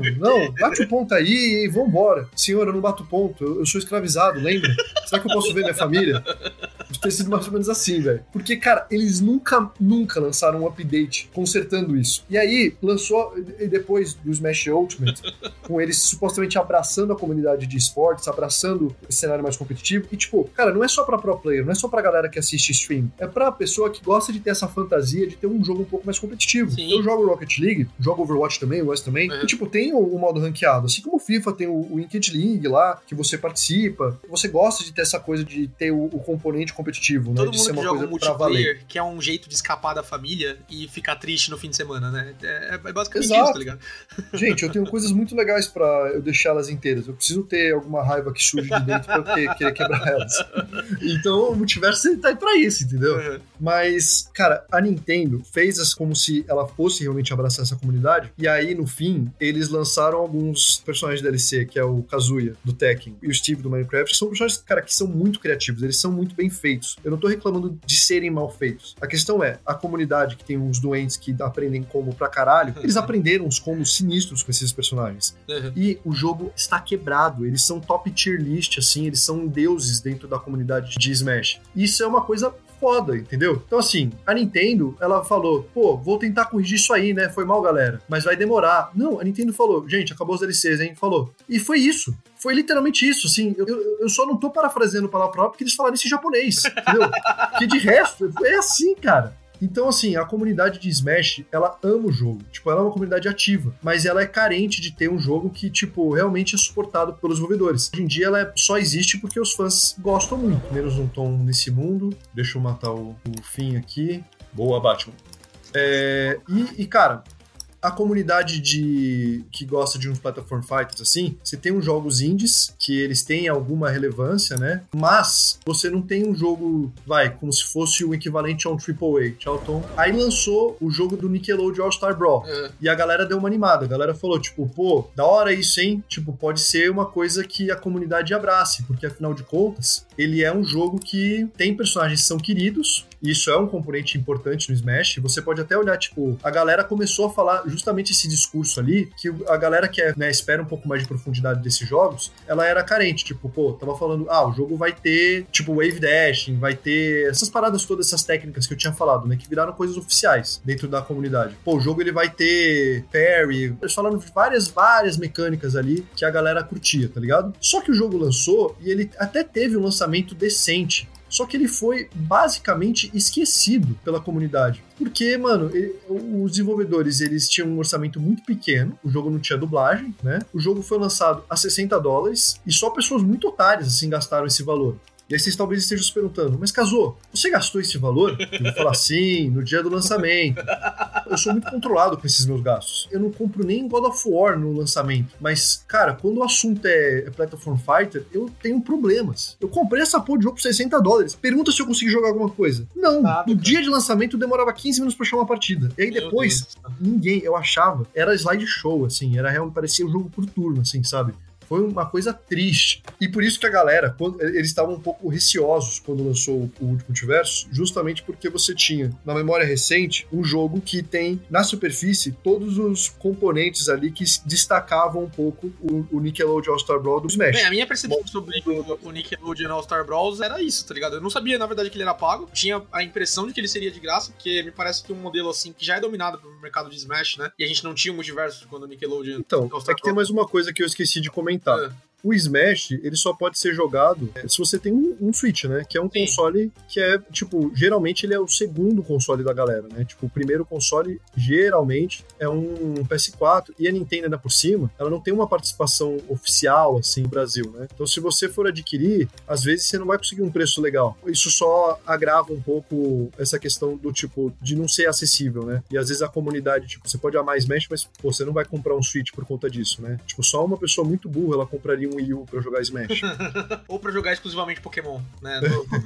bate o ponto aí e vambora. Senhor, eu não bato ponto, eu sou escravizado, lembra? Será que eu posso ver minha família? Deve ter sido mais ou menos assim, velho. Porque, cara, eles nunca lançaram um update consertando isso. E aí, lançou, depois do Smash Ultimate, com eles supostamente abraçando a comunidade de esportes, abraçando esse cenário mais competitivo. E, tipo, cara, não é só pra pro player, não é só pra galera que assiste stream. É pra pessoa que gosta de ter essa fantasia de ter um jogo um pouco mais competitivo. Sim. Eu jogo Rocket League, jogo Overwatch também, o West também. E, tipo, tem o modo ranqueado. Assim como o FIFA tem o Wicked League lá, que você participa. Você gosta de ter essa coisa de ter o componente competitivo, né? Todo de mundo ser que uma joga coisa multiplayer, que é um jeito de escapar da família e ficar triste no fim de semana, né? É basicamente Exato. isso, tá ligado? Gente, eu tenho coisas muito legais pra eu deixá-las inteiras. Eu preciso ter alguma raiva que surge de dentro pra eu querer quebrar elas. Então o multiverso tá aí pra isso, entendeu? Uhum. Mas, cara, a Nintendo fez como se ela fosse realmente abraçar essa comunidade, e aí, no fim, eles lançaram alguns personagens de DLC, que é o Kazuya, do Tekken, e o Steve, do Minecraft, que são personagens, cara, que são muito criativos, eles são muito bem feitos. Eu não tô reclamando de serem mal feitos. A questão é, a comunidade que tem uns doentes que aprendem como pra caralho, eles aprenderam os combos sinistros com esses personagens. Uhum. E o jogo está quebrado, eles são top tier list, assim, eles são deuses dentro da comunidade de Smash. Isso é uma coisa foda, entendeu? Então, assim, a Nintendo, ela falou, pô, vou tentar corrigir isso aí, né? Foi mal, galera, mas vai demorar. Não, a Nintendo falou, gente, acabou os DLCs, hein? Falou. E foi isso. Foi literalmente isso, assim, eu só não tô parafraseando palavra própria porque eles falaram isso em japonês, entendeu? Porque de resto, é assim, cara. Então, assim, a comunidade de Smash, ela ama o jogo. Tipo, ela é uma comunidade ativa, mas ela é carente de ter um jogo que, tipo, realmente é suportado pelos desenvolvedores. Hoje em dia, ela só existe porque os fãs gostam muito. Menos um tom nesse mundo. Deixa eu matar o Finn aqui. Boa, Batman. Cara, a comunidade que gosta de uns platform fighters assim, você tem uns jogos indies que eles têm alguma relevância, né? Mas você não tem um jogo, como se fosse o equivalente a um AAA. Tchau, Tom. Aí lançou o jogo do Nickelodeon All-Star Brawl. E a galera deu uma animada. A galera falou, tipo, pô, da hora isso, hein? Tipo, pode ser uma coisa que a comunidade abrace, porque afinal de contas, ele é um jogo que tem personagens que são queridos. Isso é um componente importante no Smash. Você pode até olhar, tipo, a galera começou a falar justamente esse discurso ali, que a galera que espera um pouco mais de profundidade desses jogos, ela era carente. Tipo, pô, tava falando, o jogo vai ter, tipo, wave dashing, vai ter essas paradas todas, essas técnicas que eu tinha falado, né, que viraram coisas oficiais dentro da comunidade. Pô, o jogo ele vai ter parry, eles falaram de várias mecânicas ali que a galera curtia, tá ligado? Só que o jogo lançou e ele até teve um lançamento decente. Só que ele foi basicamente esquecido pela comunidade. Porque, mano, os desenvolvedores, eles tinham um orçamento muito pequeno, o jogo não tinha dublagem, né? O jogo foi lançado a $60 e só pessoas muito otárias, assim, gastaram esse valor. E aí vocês talvez estejam se perguntando, mas Kazuo, você gastou esse valor? Eu vou falar, sim, no dia do lançamento. Eu sou muito controlado com esses meus gastos. Eu não compro nem God of War no lançamento. Mas, cara, quando o assunto é Platform Fighter, eu tenho problemas. Eu comprei essa porra de jogo por $60. Pergunta se eu consegui jogar alguma coisa. Não, no dia de lançamento demorava 15 minutos pra achar uma partida. E aí depois, ninguém, eu achava, era slideshow, assim, era realmente, parecia um jogo por turno, assim, sabe? Foi uma coisa triste. E por isso que a galera, eles estavam um pouco receosos quando lançou o último Multiverso, justamente porque você tinha, na memória recente, um jogo que tem, na superfície, todos os componentes ali que destacavam um pouco o Nickelodeon All-Star Brawl do Smash. Bem, a minha percepção sobre o Nickelodeon All-Star Brawls era isso, tá ligado? Eu não sabia, na verdade, que ele era pago. Tinha a impressão de que ele seria de graça, porque me parece que um modelo assim, que já é dominado pelo mercado de Smash, né? E a gente não tinha um multiverso quando o Nickelodeon... Então, é que tem mais uma coisa que eu esqueci de comentar. O Smash, ele só pode ser jogado se você tem um Switch, né? Que é um console que é, tipo, geralmente ele é o segundo console da galera, né? Tipo, o primeiro console, geralmente, é um PS4. E a Nintendo, ainda por cima, ela não tem uma participação oficial, assim, no Brasil, né? Então, se você for adquirir, às vezes você não vai conseguir um preço legal. Isso só agrava um pouco essa questão do, tipo, de não ser acessível, né? E às vezes a comunidade, tipo, você pode amar Smash, mas, pô, você não vai comprar um Switch por conta disso, né? Tipo, só uma pessoa muito burra, ela compraria um Wii U pra jogar Smash. Ou pra jogar exclusivamente Pokémon, né?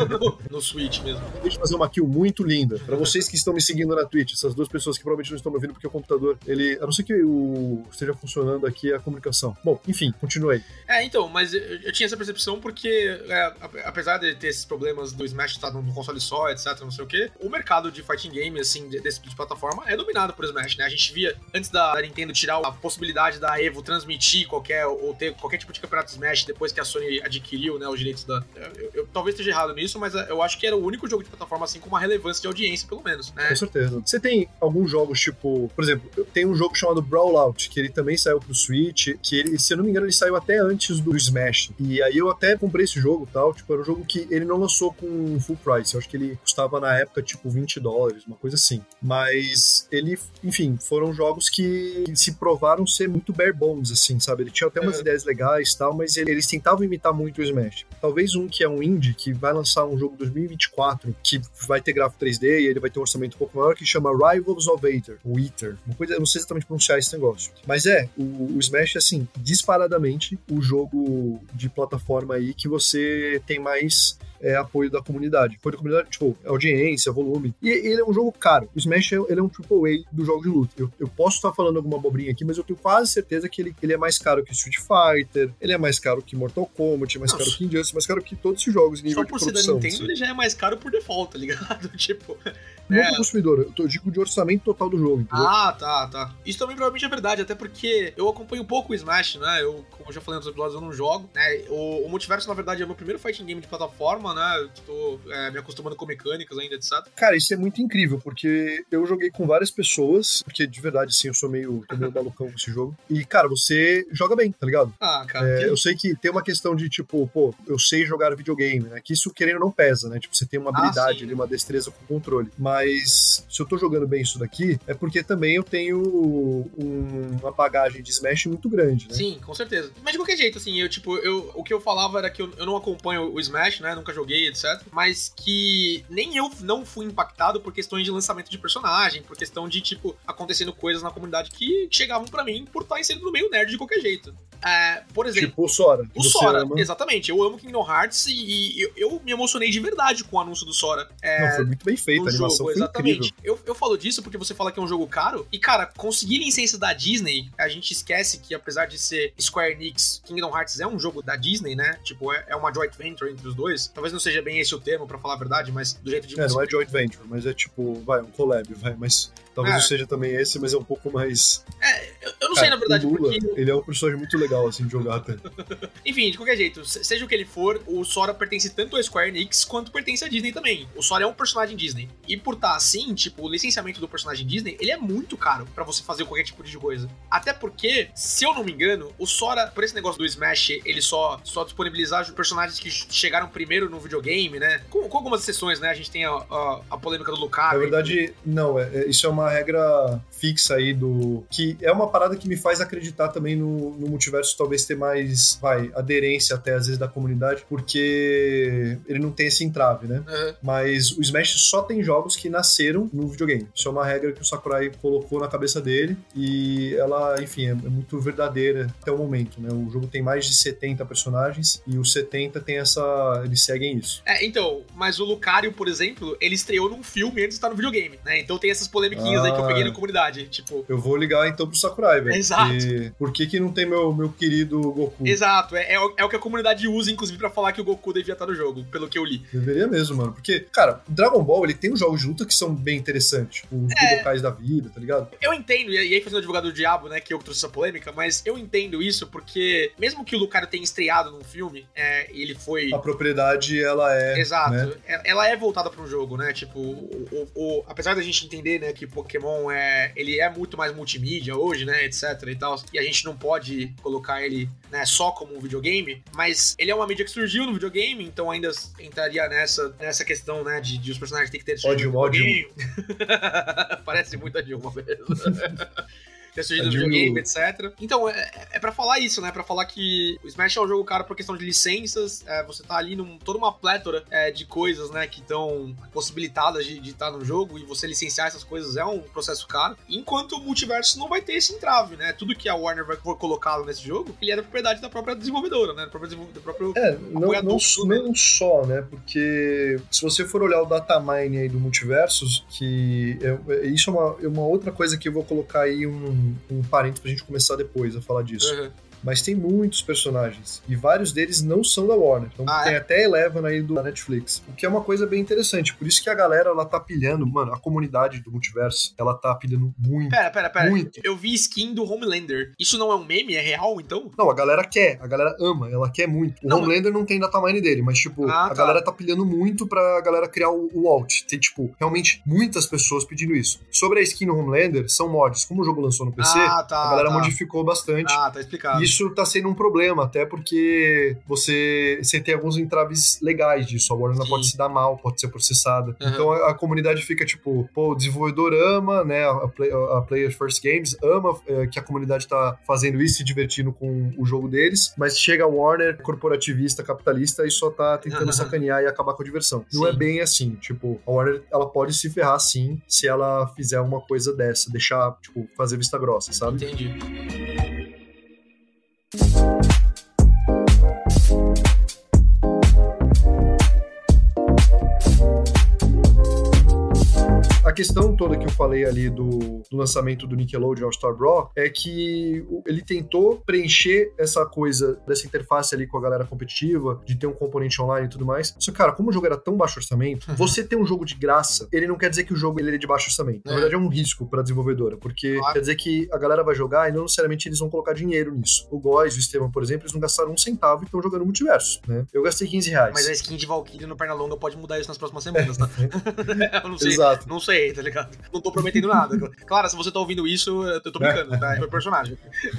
No Switch mesmo. Deixa eu fazer uma kill muito linda. Pra vocês que estão me seguindo na Twitch, essas duas pessoas que provavelmente não estão me ouvindo porque o computador, a não ser que esteja funcionando aqui a comunicação. Bom, enfim, continuei. Então, mas eu tinha essa percepção porque, apesar de ter esses problemas do Smash estar num console só, etc, não sei o quê, o mercado de fighting game, assim, desse tipo de plataforma é dominado por Smash, né? A gente via, antes da Nintendo tirar a possibilidade da Evo transmitir ou ter qualquer tipo de campeonato Smash depois que a Sony adquiriu, né, os direitos da... Eu talvez esteja errado nisso, mas eu acho que era o único jogo de plataforma, assim, com uma relevância de audiência, pelo menos, né? Com certeza. Você tem alguns jogos, tipo... Por exemplo, tem um jogo chamado Brawlout, que ele também saiu pro Switch, que ele, se eu não me engano, ele saiu até antes do Smash. E aí eu até comprei esse jogo e tal, tipo, era um jogo que ele não lançou com full price. Eu acho que ele custava, na época, tipo, $20, uma coisa assim. Mas ele, enfim, foram jogos que se provaram ser muito bare bones, assim, sabe? Ele tinha até umas ideias legais e tal, mas eles tentavam imitar muito o Smash. Talvez um que é um indie, que vai lançar um jogo em 2024, que vai ter gráfico 3D e ele vai ter um orçamento um pouco maior, que chama Rivals of Aether, o Aether. Uma coisa, eu não sei exatamente pronunciar esse negócio. Mas o Smash, assim, disparadamente, o jogo de plataforma aí que você tem mais... apoio da comunidade. Apoio da comunidade, tipo, audiência, volume. E ele é um jogo caro. O Smash, ele é um AAA do jogo de luta. Eu posso estar falando alguma bobrinha aqui, mas eu tenho quase certeza que ele é mais caro que Street Fighter, ele é mais caro que Mortal Kombat, mais caro que Injustice, mais caro que todos esses jogos em nível de produção. Só por ser da Nintendo, assim. Ele já é mais caro por default, tá ligado? Tipo... Não pro consumidor, eu digo de orçamento total do jogo, entendeu? Tá. Isso também provavelmente é verdade, até porque eu acompanho um pouco o Smash, né? Como eu já falei nos episódios, eu não jogo, né? O Multiverso, na verdade, é o meu primeiro fighting game de plataforma, né? Eu tô me acostumando com mecânicas ainda, etc. Cara, isso é muito incrível, porque eu joguei com várias pessoas, porque de verdade, assim, eu tô meio malucão com esse jogo. E, cara, você joga bem, tá ligado? Cara. Eu sei que tem uma questão de, tipo, pô, eu sei jogar videogame, né? Que isso, querendo, não pesa, né? Tipo, você tem uma habilidade ali, uma destreza com controle. Mas se eu tô jogando bem isso daqui, é porque também eu tenho uma bagagem de Smash muito grande, né? Sim, com certeza. Mas de qualquer jeito, assim, o que eu falava era que eu não acompanho o Smash, né? Nunca joguei, etc. Mas que nem eu não fui impactado por questões de lançamento de personagem, por questão de, tipo, acontecendo coisas na comunidade que chegavam pra mim por estar inserido no meio nerd de qualquer jeito. Por exemplo... Tipo o Sora. O Sora, exatamente. Eu amo Kingdom Hearts e eu me emocionei de verdade com o anúncio do Sora. Não, foi muito bem feito, a animação foi exatamente. incrível. Eu falo disso porque você fala que é um jogo caro, e, cara, conseguir licenças da Disney, a gente esquece que, apesar de ser Square Enix, Kingdom Hearts é um jogo da Disney, né? Tipo, é uma joint venture entre os dois. Talvez não seja bem esse o termo, pra falar a verdade, mas do jeito de... não é joint venture, mas é tipo, um collab, mas... Talvez não seja também esse, mas é um pouco mais... eu não sei, na verdade, o Lula, porque... ele é um personagem muito legal, assim, de jogar até. Enfim, de qualquer jeito, seja o que ele for, o Sora pertence tanto à Square Enix quanto pertence à Disney também. O Sora é um personagem Disney. E por estar assim, tipo, o licenciamento do personagem Disney, ele é muito caro pra você fazer qualquer tipo de coisa. Até porque, se eu não me engano, o Sora, por esse negócio do Smash, ele só disponibilizar os personagens que chegaram primeiro no videogame, né? Com algumas exceções, né? A gente tem a polêmica do Lucario. Na verdade, não, isso é uma regra fixa aí que é uma parada que me faz acreditar também no multiverso talvez ter mais, aderência até às vezes da comunidade, porque ele não tem esse entrave, né? Uhum. Mas o Smash só tem jogos que nasceram no videogame. Isso é uma regra que o Sakurai colocou na cabeça dele e ela, enfim, é muito verdadeira até o momento, né? O jogo tem mais de 70 personagens e os 70 tem eles seguem isso. Então, mas o Lucario, por exemplo, ele estreou num filme antes de estar no videogame, né? Então tem essas polemiquinhas aí que eu peguei na comunidade, tipo... Eu vou ligar então pro Sakurai, velho. Exato. Por que não tem meu meu querido Goku. Exato, é o que a comunidade usa, inclusive, pra falar que o Goku devia estar no jogo, pelo que eu li. Deveria mesmo, mano. Porque, cara, o Dragon Ball, ele tem uns jogos de luta que são bem interessantes. Tipo, os Budokais da vida, tá ligado? Eu entendo, e aí fazendo o advogado do diabo, né, que eu trouxe essa polêmica, mas eu entendo isso porque, mesmo que o Lucario tenha estreado num filme, ele foi... A propriedade, ela é... Exato. Né? Ela é voltada pra um jogo, né? Tipo, apesar da gente entender, né, que Pokémon ele é muito mais multimídia hoje, né, etc e tal, e a gente não pode colocar ele, né, só como um videogame, mas ele é uma mídia que surgiu no videogame, então ainda entraria nessa questão, né, de os personagens terem que ter surgido no videogame. Parece muito a Dilma mesmo. Ter surgido no videogame, etc. Então, é pra falar isso, né? Pra falar que o Smash é um jogo caro por questão de licenças, você tá ali toda uma plétora de coisas, né, que estão possibilitadas de estar no jogo, e você licenciar essas coisas é um processo caro, enquanto o multiverso não vai ter esse entrave, né? Tudo que a Warner for colocado nesse jogo, ele é da propriedade da própria desenvolvedora, né? Do próprio não só, né? Porque se você for olhar o datamine aí do Multiversus, que isso é uma outra coisa que eu vou colocar aí um parênteses pra gente começar depois a falar disso. Uhum. Mas tem muitos personagens, e vários deles não são da Warner. Então tem até Eleven aí da Netflix, o que é uma coisa bem interessante. Por isso que a galera, ela tá pilhando, mano, a comunidade do multiverso, ela tá pilhando muito. Pera. Muito. Eu vi skin do Homelander. Isso não é um meme? É real, então? Não, a galera ama, ela quer muito. O Homelander não tem datamine dele, mas, tipo, a galera tá pilhando muito pra galera criar o Walt. Tem, tipo, realmente muitas pessoas pedindo isso. Sobre a skin no Homelander, são mods. Como o jogo lançou no PC, a galera modificou bastante. Tá explicado. Isso tá sendo um problema, até porque você tem alguns entraves legais disso. A Warner não pode se dar mal, pode ser processada. Uhum. Então a comunidade fica tipo, pô, o desenvolvedor ama, né? A Players First Games ama que a comunidade tá fazendo isso, se divertindo com o jogo deles, mas chega a Warner, corporativista, capitalista, e só tá tentando sacanear e acabar com a diversão. Sim. Não é bem assim, tipo, a Warner, ela pode se ferrar sim se ela fizer uma coisa dessa, deixar, tipo, fazer vista grossa, sabe? Entendi. A questão toda que eu falei ali do lançamento do Nickelodeon All-Star Brawl é que ele tentou preencher essa coisa dessa interface ali com a galera competitiva, de ter um componente online e tudo mais. Só que, cara, como o jogo era tão baixo orçamento, você ter um jogo de graça, ele não quer dizer que o jogo ele é de baixo orçamento. Na verdade, é um risco pra desenvolvedora, porque quer dizer que a galera vai jogar e não necessariamente eles vão colocar dinheiro nisso. O Góis, o Esteban, por exemplo, eles não gastaram um centavo e estão jogando multiverso, né? Eu gastei R$15. Mas a skin de Valkyrie no Pernalonga pode mudar isso nas próximas semanas, tá? Eu não sei. Exato. Não sei, tá ligado? Não tô prometendo nada. Claro, se você tá ouvindo isso, eu tô brincando, tá? É meu personagem.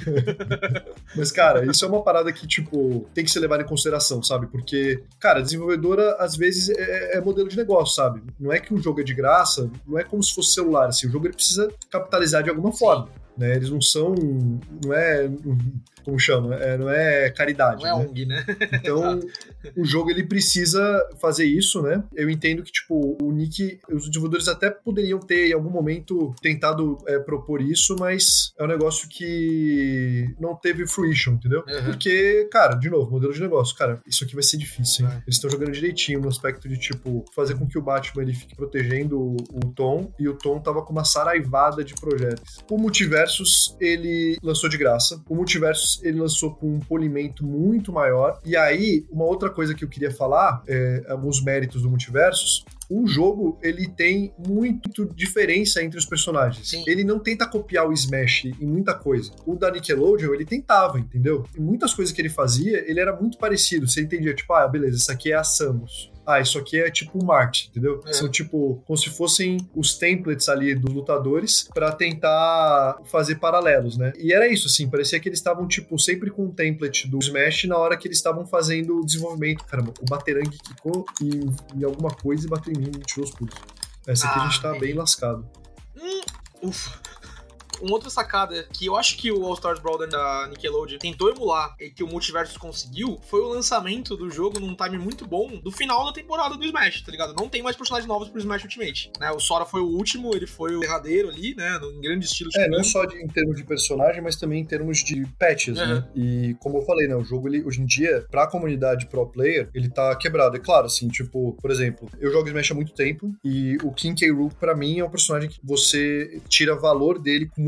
Mas, cara, isso é uma parada que, tipo, tem que ser levado em consideração, sabe? Porque, cara, a desenvolvedora, às vezes, é modelo de negócio, sabe? Não é que o jogo é de graça, não é como se fosse celular, assim. O jogo, ele precisa capitalizar de alguma forma, né? Eles não são... Não é... Como chama? Não é caridade. Não é ONG, né? Então, o jogo, ele precisa fazer isso, né? Eu entendo que, tipo, o Nick, os desenvolvedores até poderiam ter, em algum momento, tentado propor isso, mas é um negócio que não teve fruition, entendeu? Uhum. Porque, cara, de novo, modelo de negócio. Cara, isso aqui vai ser difícil, hein? Eles estão jogando direitinho no aspecto de, tipo, fazer com que o Batman, ele fique protegendo o Tom, e o Tom tava com uma saraivada de projetos. O Multiversus, ele lançou de graça. O Multiversus, ele lançou com um polimento muito maior. E aí, uma outra coisa que eu queria falar, alguns méritos do Multiversus, o jogo, ele tem muito diferença entre os personagens. Sim. Ele não tenta copiar o Smash em muita coisa. O da Nickelodeon, ele tentava, entendeu? E muitas coisas que ele fazia, ele era muito parecido. Você entendia, tipo, beleza, isso aqui é a Samus. Isso aqui é tipo o Mart, entendeu? São tipo, como se fossem os templates ali dos lutadores pra tentar fazer paralelos, né? E era isso, assim, parecia que eles estavam, tipo, sempre com um template do Smash na hora que eles estavam fazendo o desenvolvimento. Caramba, o Baterang quicou em alguma coisa e bateu em mim e tirou os pulos. Essa aqui a gente tá bem lascado. Ufa. Uma outra sacada que eu acho que o All Stars Brawl da Nickelodeon tentou emular e que o Multiversus conseguiu foi o lançamento do jogo num time muito bom do final da temporada do Smash, tá ligado? Não tem mais personagens novos pro Smash Ultimate, né? O Sora foi o último, ele foi o derradeiro ali, né? Em grande estilo. Não só em termos de personagem, mas também em termos de patches, né? E como eu falei, né? O jogo, ele, hoje em dia, pra comunidade pro player, ele tá quebrado. É claro, assim, tipo, por exemplo, eu jogo Smash há muito tempo e o King K. Rool, pra mim, é um personagem que você tira valor dele com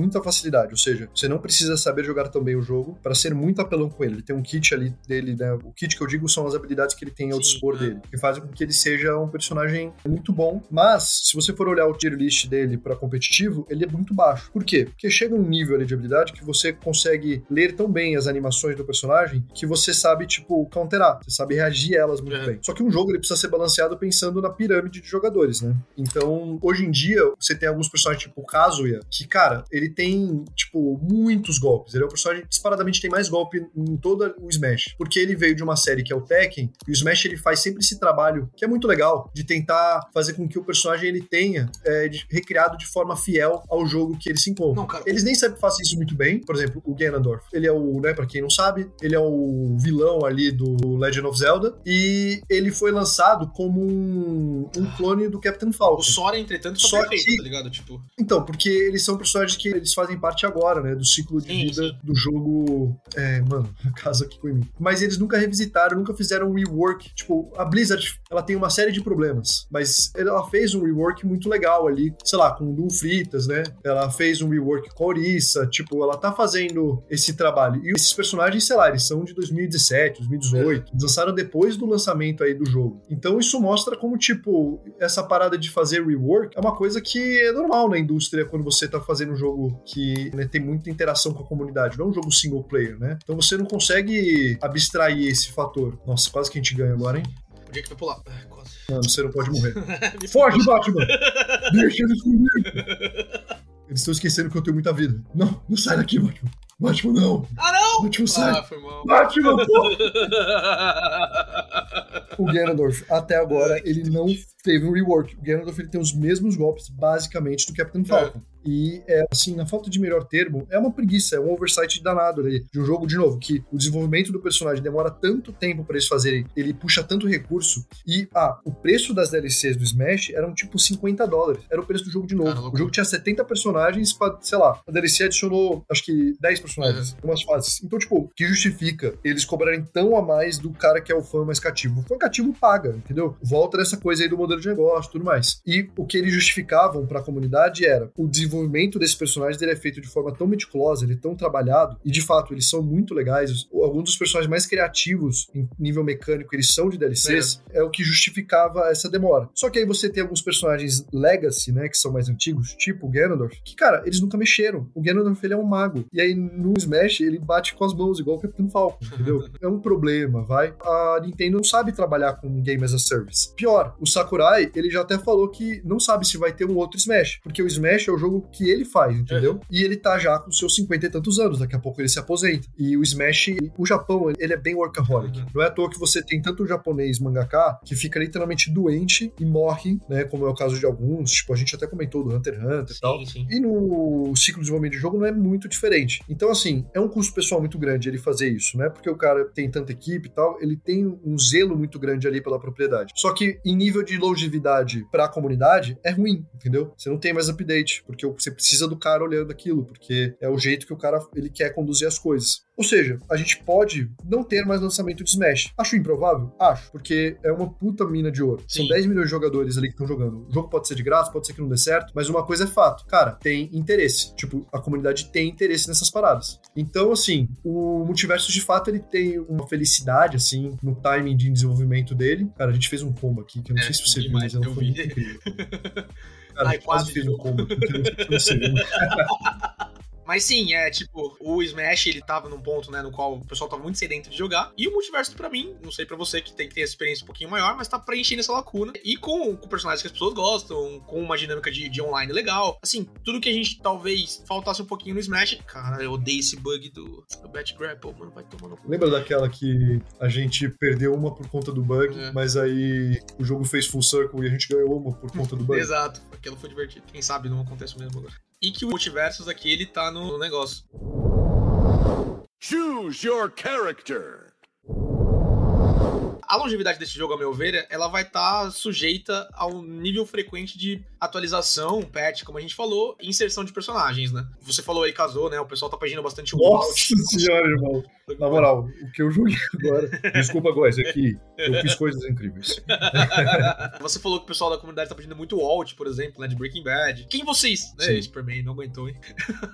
muita facilidade, ou seja, você não precisa saber jogar tão bem o jogo para ser muito apelão com ele. Ele tem um kit ali dele, né? O kit que eu digo são as habilidades que ele tem ao dispor dele, que fazem com que ele seja um personagem muito bom, mas se você for olhar o tier list dele para competitivo, ele é muito baixo. Por quê? Porque chega um nível ali de habilidade que você consegue ler tão bem as animações do personagem que você sabe, tipo, counterar, você sabe reagir a elas muito bem. Só que um jogo ele precisa ser balanceado pensando na pirâmide de jogadores, né? Então, hoje em dia, você tem alguns personagens tipo o Kazuya, que, cara, ele tem, tipo, muitos golpes. Ele é um personagem que disparadamente tem mais golpe em todo o Smash. Porque ele veio de uma série que é o Tekken, e o Smash ele faz sempre esse trabalho, que é muito legal, de tentar fazer com que o personagem ele tenha recriado de forma fiel ao jogo que ele se encontra. Não, cara, eles nem sempre fazem isso muito bem. Por exemplo, o Ganondorf, ele é o, né, pra quem não sabe, ele é o vilão ali do Legend of Zelda, e ele foi lançado como um clone do Captain Falcon. O Sora, entretanto, Só perfeito, que... tá ligado? Tipo... Então, porque eles são personagens que eles fazem parte agora, né, do ciclo de vida do jogo. Mano, a casa aqui com mim. Mas eles nunca revisitaram, nunca fizeram um rework. Tipo, a Blizzard, ela tem uma série de problemas, mas ela fez um rework muito legal ali, sei lá, com o Doom Fritas, né? Ela fez um rework com a Orisa, tipo, ela tá fazendo esse trabalho. E esses personagens, sei lá, eles são de 2017, 2018, eles lançaram depois do lançamento aí do jogo. Então isso mostra como, tipo, essa parada de fazer rework é uma coisa que é normal na indústria quando você tá fazendo um jogo que, né, tem muita interação com a comunidade, não é um jogo single player, né? Então você não consegue abstrair esse fator. Nossa, quase que a gente ganha agora, hein? Podia que vai pular. Quase. Mano, você não pode morrer. Foge, Batman! Deixa eles comigo! Eles estão esquecendo que eu tenho muita vida. Não, não sai daqui, Batman. Batman, não! Ah, não! Batman, sai! Foi mal. Batman, pô! O Ganondorf, até agora, ele não teve um rework. O Ganondorf ele tem os mesmos golpes, basicamente, do Captain Falcon. E, assim, na falta de melhor termo, é uma preguiça, é um oversight danado ali, de um jogo, de novo, que o desenvolvimento do personagem demora tanto tempo pra eles fazerem, ele puxa tanto recurso, e, o preço das DLCs do Smash eram tipo $50. Era o preço do jogo de novo. O jogo tinha 70 personagens, sei lá, a DLC adicionou, acho que 10 personagens, umas fases. Então, tipo, que justifica eles cobrarem tão a mais do cara que é o fã mais cativo? O fã cativo paga, entendeu? Volta dessa coisa aí do modelo de negócio e tudo mais. E o que eles justificavam pra comunidade era o desenvolvimento desses personagens ele é feito de forma tão meticulosa, ele é tão trabalhado, e de fato eles são muito legais. Alguns dos personagens mais criativos em nível mecânico, eles são de DLCs, é o que justificava essa demora. Só que aí você tem alguns personagens legacy, né, que são mais antigos, tipo o Ganondorf, que, cara, eles nunca mexeram. O Ganondorf, ele é um mago. E aí no Smash, ele bate com as mãos, igual o Captain Falcon, entendeu? É um problema, vai. A Nintendo não sabe trabalhar com Game as a Service. Pior, o Sakurai, ele já até falou que não sabe se vai ter um outro Smash, porque o Smash é o jogo que ele faz, entendeu? E ele tá já com seus 50 e tantos anos, daqui a pouco ele se aposenta. E o Smash, o Japão, ele é bem workaholic. Não é à toa que você tem tanto japonês mangaka que fica literalmente doente e morre, né, como é o caso de alguns, tipo, a gente até comentou do Hunter x Hunter e tal. Sim. E no ciclo de desenvolvimento de jogo não é muito diferente. Então, assim, é um custo pessoal muito grande ele fazer isso, né? Porque o cara tem tanta equipe e tal, ele tem um zelo muito grande ali pela propriedade. Só que em nível de longevidade pra comunidade, é ruim, entendeu? Você não tem mais update, porque você precisa do cara olhando aquilo, porque é o jeito que o cara ele quer conduzir as coisas. Ou seja, a gente pode não ter mais lançamento de Smash. Acho improvável? Acho, porque é uma puta mina de ouro. São 10 milhões de jogadores ali que estão jogando. O jogo pode ser de graça, pode ser que não dê certo, mas uma coisa é fato. Cara, tem interesse. Tipo, a comunidade tem interesse nessas paradas. Então, assim, o Multiversus, de fato, ele tem uma felicidade, assim, no timing de desenvolvimento dele. Cara, a gente fez um combo aqui, que eu não sei se você viu, mas ela foi muito incrível. Cara, a gente quase fez um combo aqui, que eu não sei se você viu. Mas sim, tipo, o Smash, ele tava num ponto, né, no qual o pessoal tava muito sedento de jogar, e o Multiverso, pra mim, não sei pra você, que tem que ter essa experiência um pouquinho maior, mas tá preenchendo essa lacuna, e com personagens que as pessoas gostam, com uma dinâmica de online legal, assim, tudo que a gente talvez faltasse um pouquinho no Smash. Cara, eu odeio esse bug do Bat Grapple, mano, vai tomando... Lembra daquela que a gente perdeu uma por conta do bug, mas aí o jogo fez full circle e a gente ganhou uma por conta do bug? Exato, aquilo foi divertido. Quem sabe não acontece o mesmo agora. E que o Multiversus aqui, ele tá no negócio. Choose your character. A longevidade desse jogo, a meu ver, ela vai estar sujeita ao nível frequente de atualização, patch, como a gente falou, e inserção de personagens, né? Você falou aí, casou, né? O pessoal tá pedindo bastante o Nossa senhora, irmão. Na moral, o que eu joguei agora... Desculpa, Góis, é que eu fiz coisas incríveis. Você falou que o pessoal da comunidade tá pedindo muito Walt, por exemplo, né? De Breaking Bad. Quem vocês... Né, Superman, não aguentou, hein?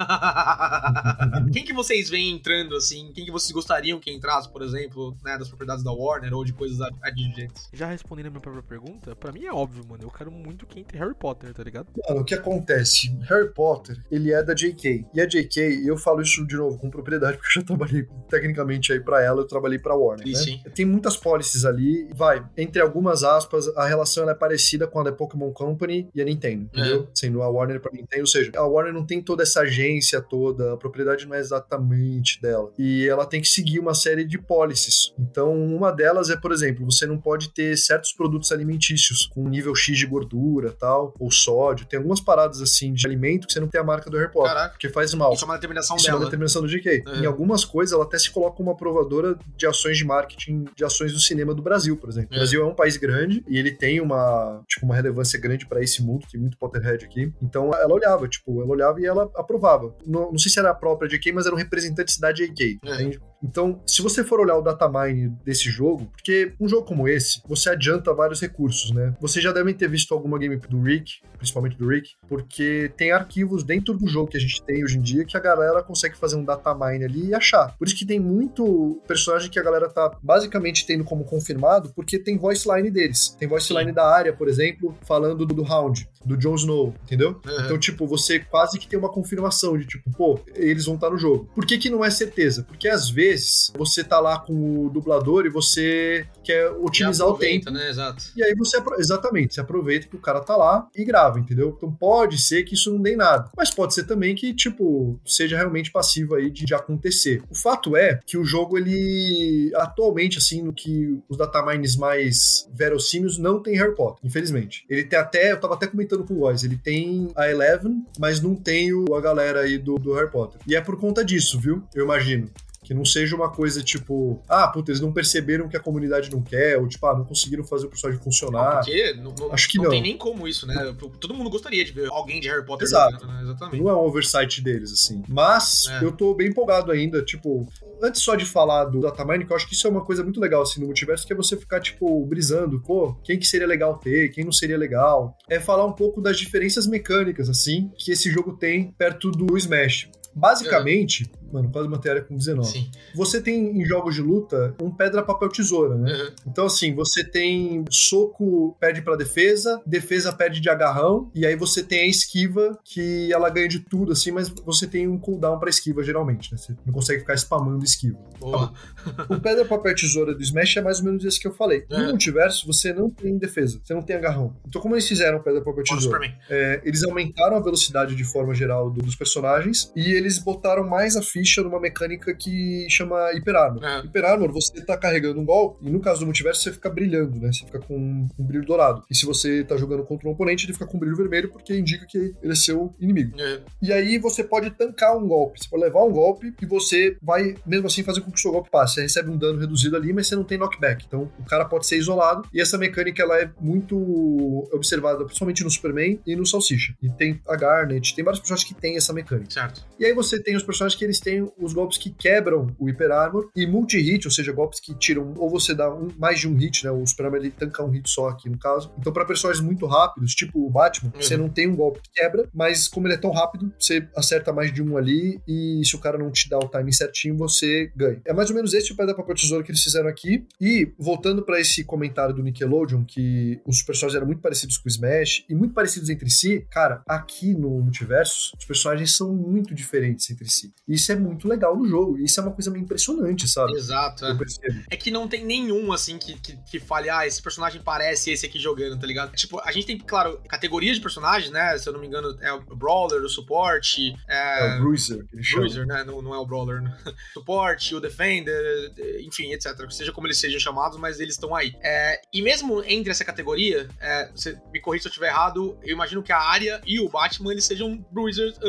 Quem que vocês veem entrando, assim? Quem que vocês gostariam que entrasse, por exemplo, né? Das propriedades da Warner ou de coisas adjacentes? Já respondendo a minha própria pergunta, pra mim é óbvio, mano. Eu quero muito que entre Harry Potter, tá ligado? Mano, o que acontece? Harry Potter, ele é da JK. E a JK, e eu falo isso de novo com propriedade, porque eu já trabalhei tecnicamente aí pra ela, eu trabalhei pra Warner, né? Sim. Tem muitas policies ali, entre algumas aspas, a relação ela é parecida com a da Pokémon Company e a Nintendo, entendeu? Sendo a Warner pra Nintendo, ou seja, a Warner não tem toda essa agência toda, a propriedade não é exatamente dela. E ela tem que seguir uma série de policies. Então, uma delas é, por exemplo, você não pode ter certos produtos alimentícios com nível X de gordura, tal, ou sódio. Tem algumas paradas, assim, de alimento que você não tem a marca do Harry Potter, Caraca. porque faz mal. Isso é uma determinação Isso é dela. uma determinação do GK. Em algumas coisas, ela até se coloca como uma aprovadora de ações de marketing, de ações do cinema do Brasil, por exemplo. O Brasil é um país grande e ele tem uma relevância grande pra esse mundo, tem muito Potterhead aqui. Então, ela olhava e ela aprovava. Não sei se era a própria JK, mas eram representantes da JK, entende? Então, se você for olhar o datamine desse jogo, porque um jogo como esse, você adianta vários recursos, né? Vocês já devem ter visto alguma gameplay do Rick, principalmente do Rick, porque tem arquivos dentro do jogo que a gente tem hoje em dia que a galera consegue fazer um datamine ali e achar. Por isso que tem muito personagem que a galera tá basicamente tendo como confirmado, porque tem voice line deles. Tem voice line da Arya, por exemplo, falando do Hound, do Jon Snow, entendeu? Então, tipo, você quase que tem uma confirmação de, tipo, pô, eles vão estar no jogo. Por que não é certeza? Porque às vezes você tá lá com o dublador e você quer otimizar o tempo. Né? Exato. E aí você aproveita que o cara tá lá e grava, entendeu? Então pode ser que isso não dê nada. Mas pode ser também que, tipo, seja realmente passivo aí de acontecer. O fato é que o jogo, ele, atualmente, assim, no que os datamines mais verossímios, não tem Harry Potter, infelizmente. Ele tem até, eu tava até comentando com o Góis, ele tem a Eleven, mas não tem a galera aí do Harry Potter. E é por conta disso, viu? Eu imagino. Que não seja uma coisa tipo, puta, eles não perceberam que a comunidade não quer, ou tipo, não conseguiram fazer o personagem funcionar. Porque acho que não tem nem como isso, né? Todo mundo gostaria de ver alguém de Harry Potter jogando, né? Exatamente. Não é um oversight deles, assim. Mas eu tô bem empolgado ainda, tipo, antes só de falar do datamine, que eu acho que isso é uma coisa muito legal, assim, no multiverso, que é você ficar, tipo, brisando, pô, quem que seria legal ter, quem não seria legal. É falar um pouco das diferenças mecânicas, assim, que esse jogo tem perto do Smash. Basicamente, mano, quase matéria com 19. Sim. Você tem em jogos de luta um pedra, papel, tesoura, né? Então, assim, você tem soco perde pra defesa perde de agarrão, e aí você tem a esquiva, que ela ganha de tudo, assim, mas você tem um cooldown pra esquiva, geralmente, né? Você não consegue ficar spamando esquiva. Boa. O pedra, papel, tesoura do Smash é mais ou menos esse que eu falei. No multiverso, você não tem defesa, você não tem agarrão. Então, como eles fizeram pedra, papel, tesoura? Eles aumentaram a velocidade de forma geral dos personagens, e eles botaram mais a ficha numa mecânica que chama Hyper Armor. Hyper Armor, você tá carregando um golpe, e no caso do multiverso, você fica brilhando, né? Você fica com um brilho dourado. E se você tá jogando contra um oponente, ele fica com um brilho vermelho, porque indica que ele é seu inimigo. E aí você pode tancar um golpe, você pode levar um golpe, e você vai, mesmo assim, fazer com que o seu golpe passe. Você recebe um dano reduzido ali, mas você não tem knockback. Então, o cara pode ser isolado, e essa mecânica, ela é muito observada, principalmente no Superman e no Salsicha. E tem a Garnet, tem vários personagens que tem essa mecânica. Certo. E aí você tem os personagens que eles têm os golpes que quebram o Hyper Armor e multi-hit, ou seja, golpes que tiram, ou você dá mais de um hit, né? O Super Armor, ele tanca um hit só aqui, no caso. Então, pra personagens muito rápidos, tipo o Batman, você não tem um golpe que quebra, mas como ele é tão rápido, você acerta mais de um ali, e se o cara não te dá o timing certinho, você ganha. É mais ou menos esse o pedra, papel, tesoura que eles fizeram aqui. E, voltando pra esse comentário do Nickelodeon, que os personagens eram muito parecidos com o Smash, e muito parecidos entre si, cara, aqui no multiverso, os personagens são muito diferentes entre si. E isso é muito legal no jogo. E isso é uma coisa meio impressionante, sabe? Exato. É que não tem nenhum, assim, que fale, esse personagem parece esse aqui jogando, tá ligado? Tipo, a gente tem, claro, categorias de personagens, né? Se eu não me engano, é o Brawler, o Suporte. É o Bruiser, que ele chama. Bruiser, né? Não é o Brawler, né? Suporte, o Defender, enfim, etc. Seja como eles sejam chamados, mas eles estão aí. E mesmo entre essa categoria, você me corrija se eu estiver errado, eu imagino que a Arya e o Batman, eles sejam Bruisers ambos, né?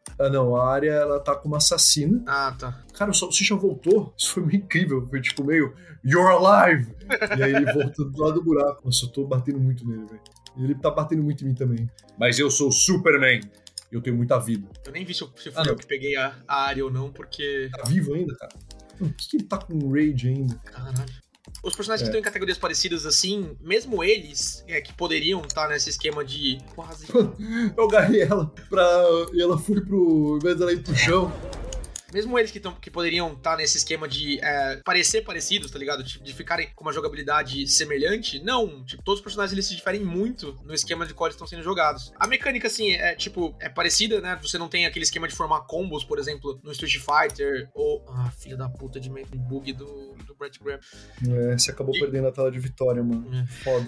Ah, não, a Arya, ela tá como assassina. Ah, tá. Cara, o Salsicha voltou. Isso foi meio incrível. Foi tipo meio, You're alive! E aí ele volta do lado do buraco. Nossa, eu tô batendo muito nele, velho. E ele tá batendo muito em mim também. Mas eu sou o Superman. Eu tenho muita vida. Eu nem vi se fui eu que peguei a área ou não, porque... Tá vivo ainda, cara? Por que ele tá com rage ainda? Caralho. Os personagens que estão em categorias parecidas assim, mesmo eles, que poderiam estar nesse esquema de quase... Eu agarrei ela e ela foi pro... Ao invés dela ir pro chão... Mesmo eles que poderiam estar nesse esquema de parecer parecidos, tá ligado? De ficarem com uma jogabilidade semelhante, não. Tipo, todos os personagens eles se diferem muito no esquema de qual eles estão sendo jogados. A mecânica, assim, é parecida, né? Você não tem aquele esquema de formar combos, por exemplo, no Street Fighter, ou... Ah, filha da puta de bug do Brett Graham. Você acabou perdendo a tela de vitória, mano. Foda.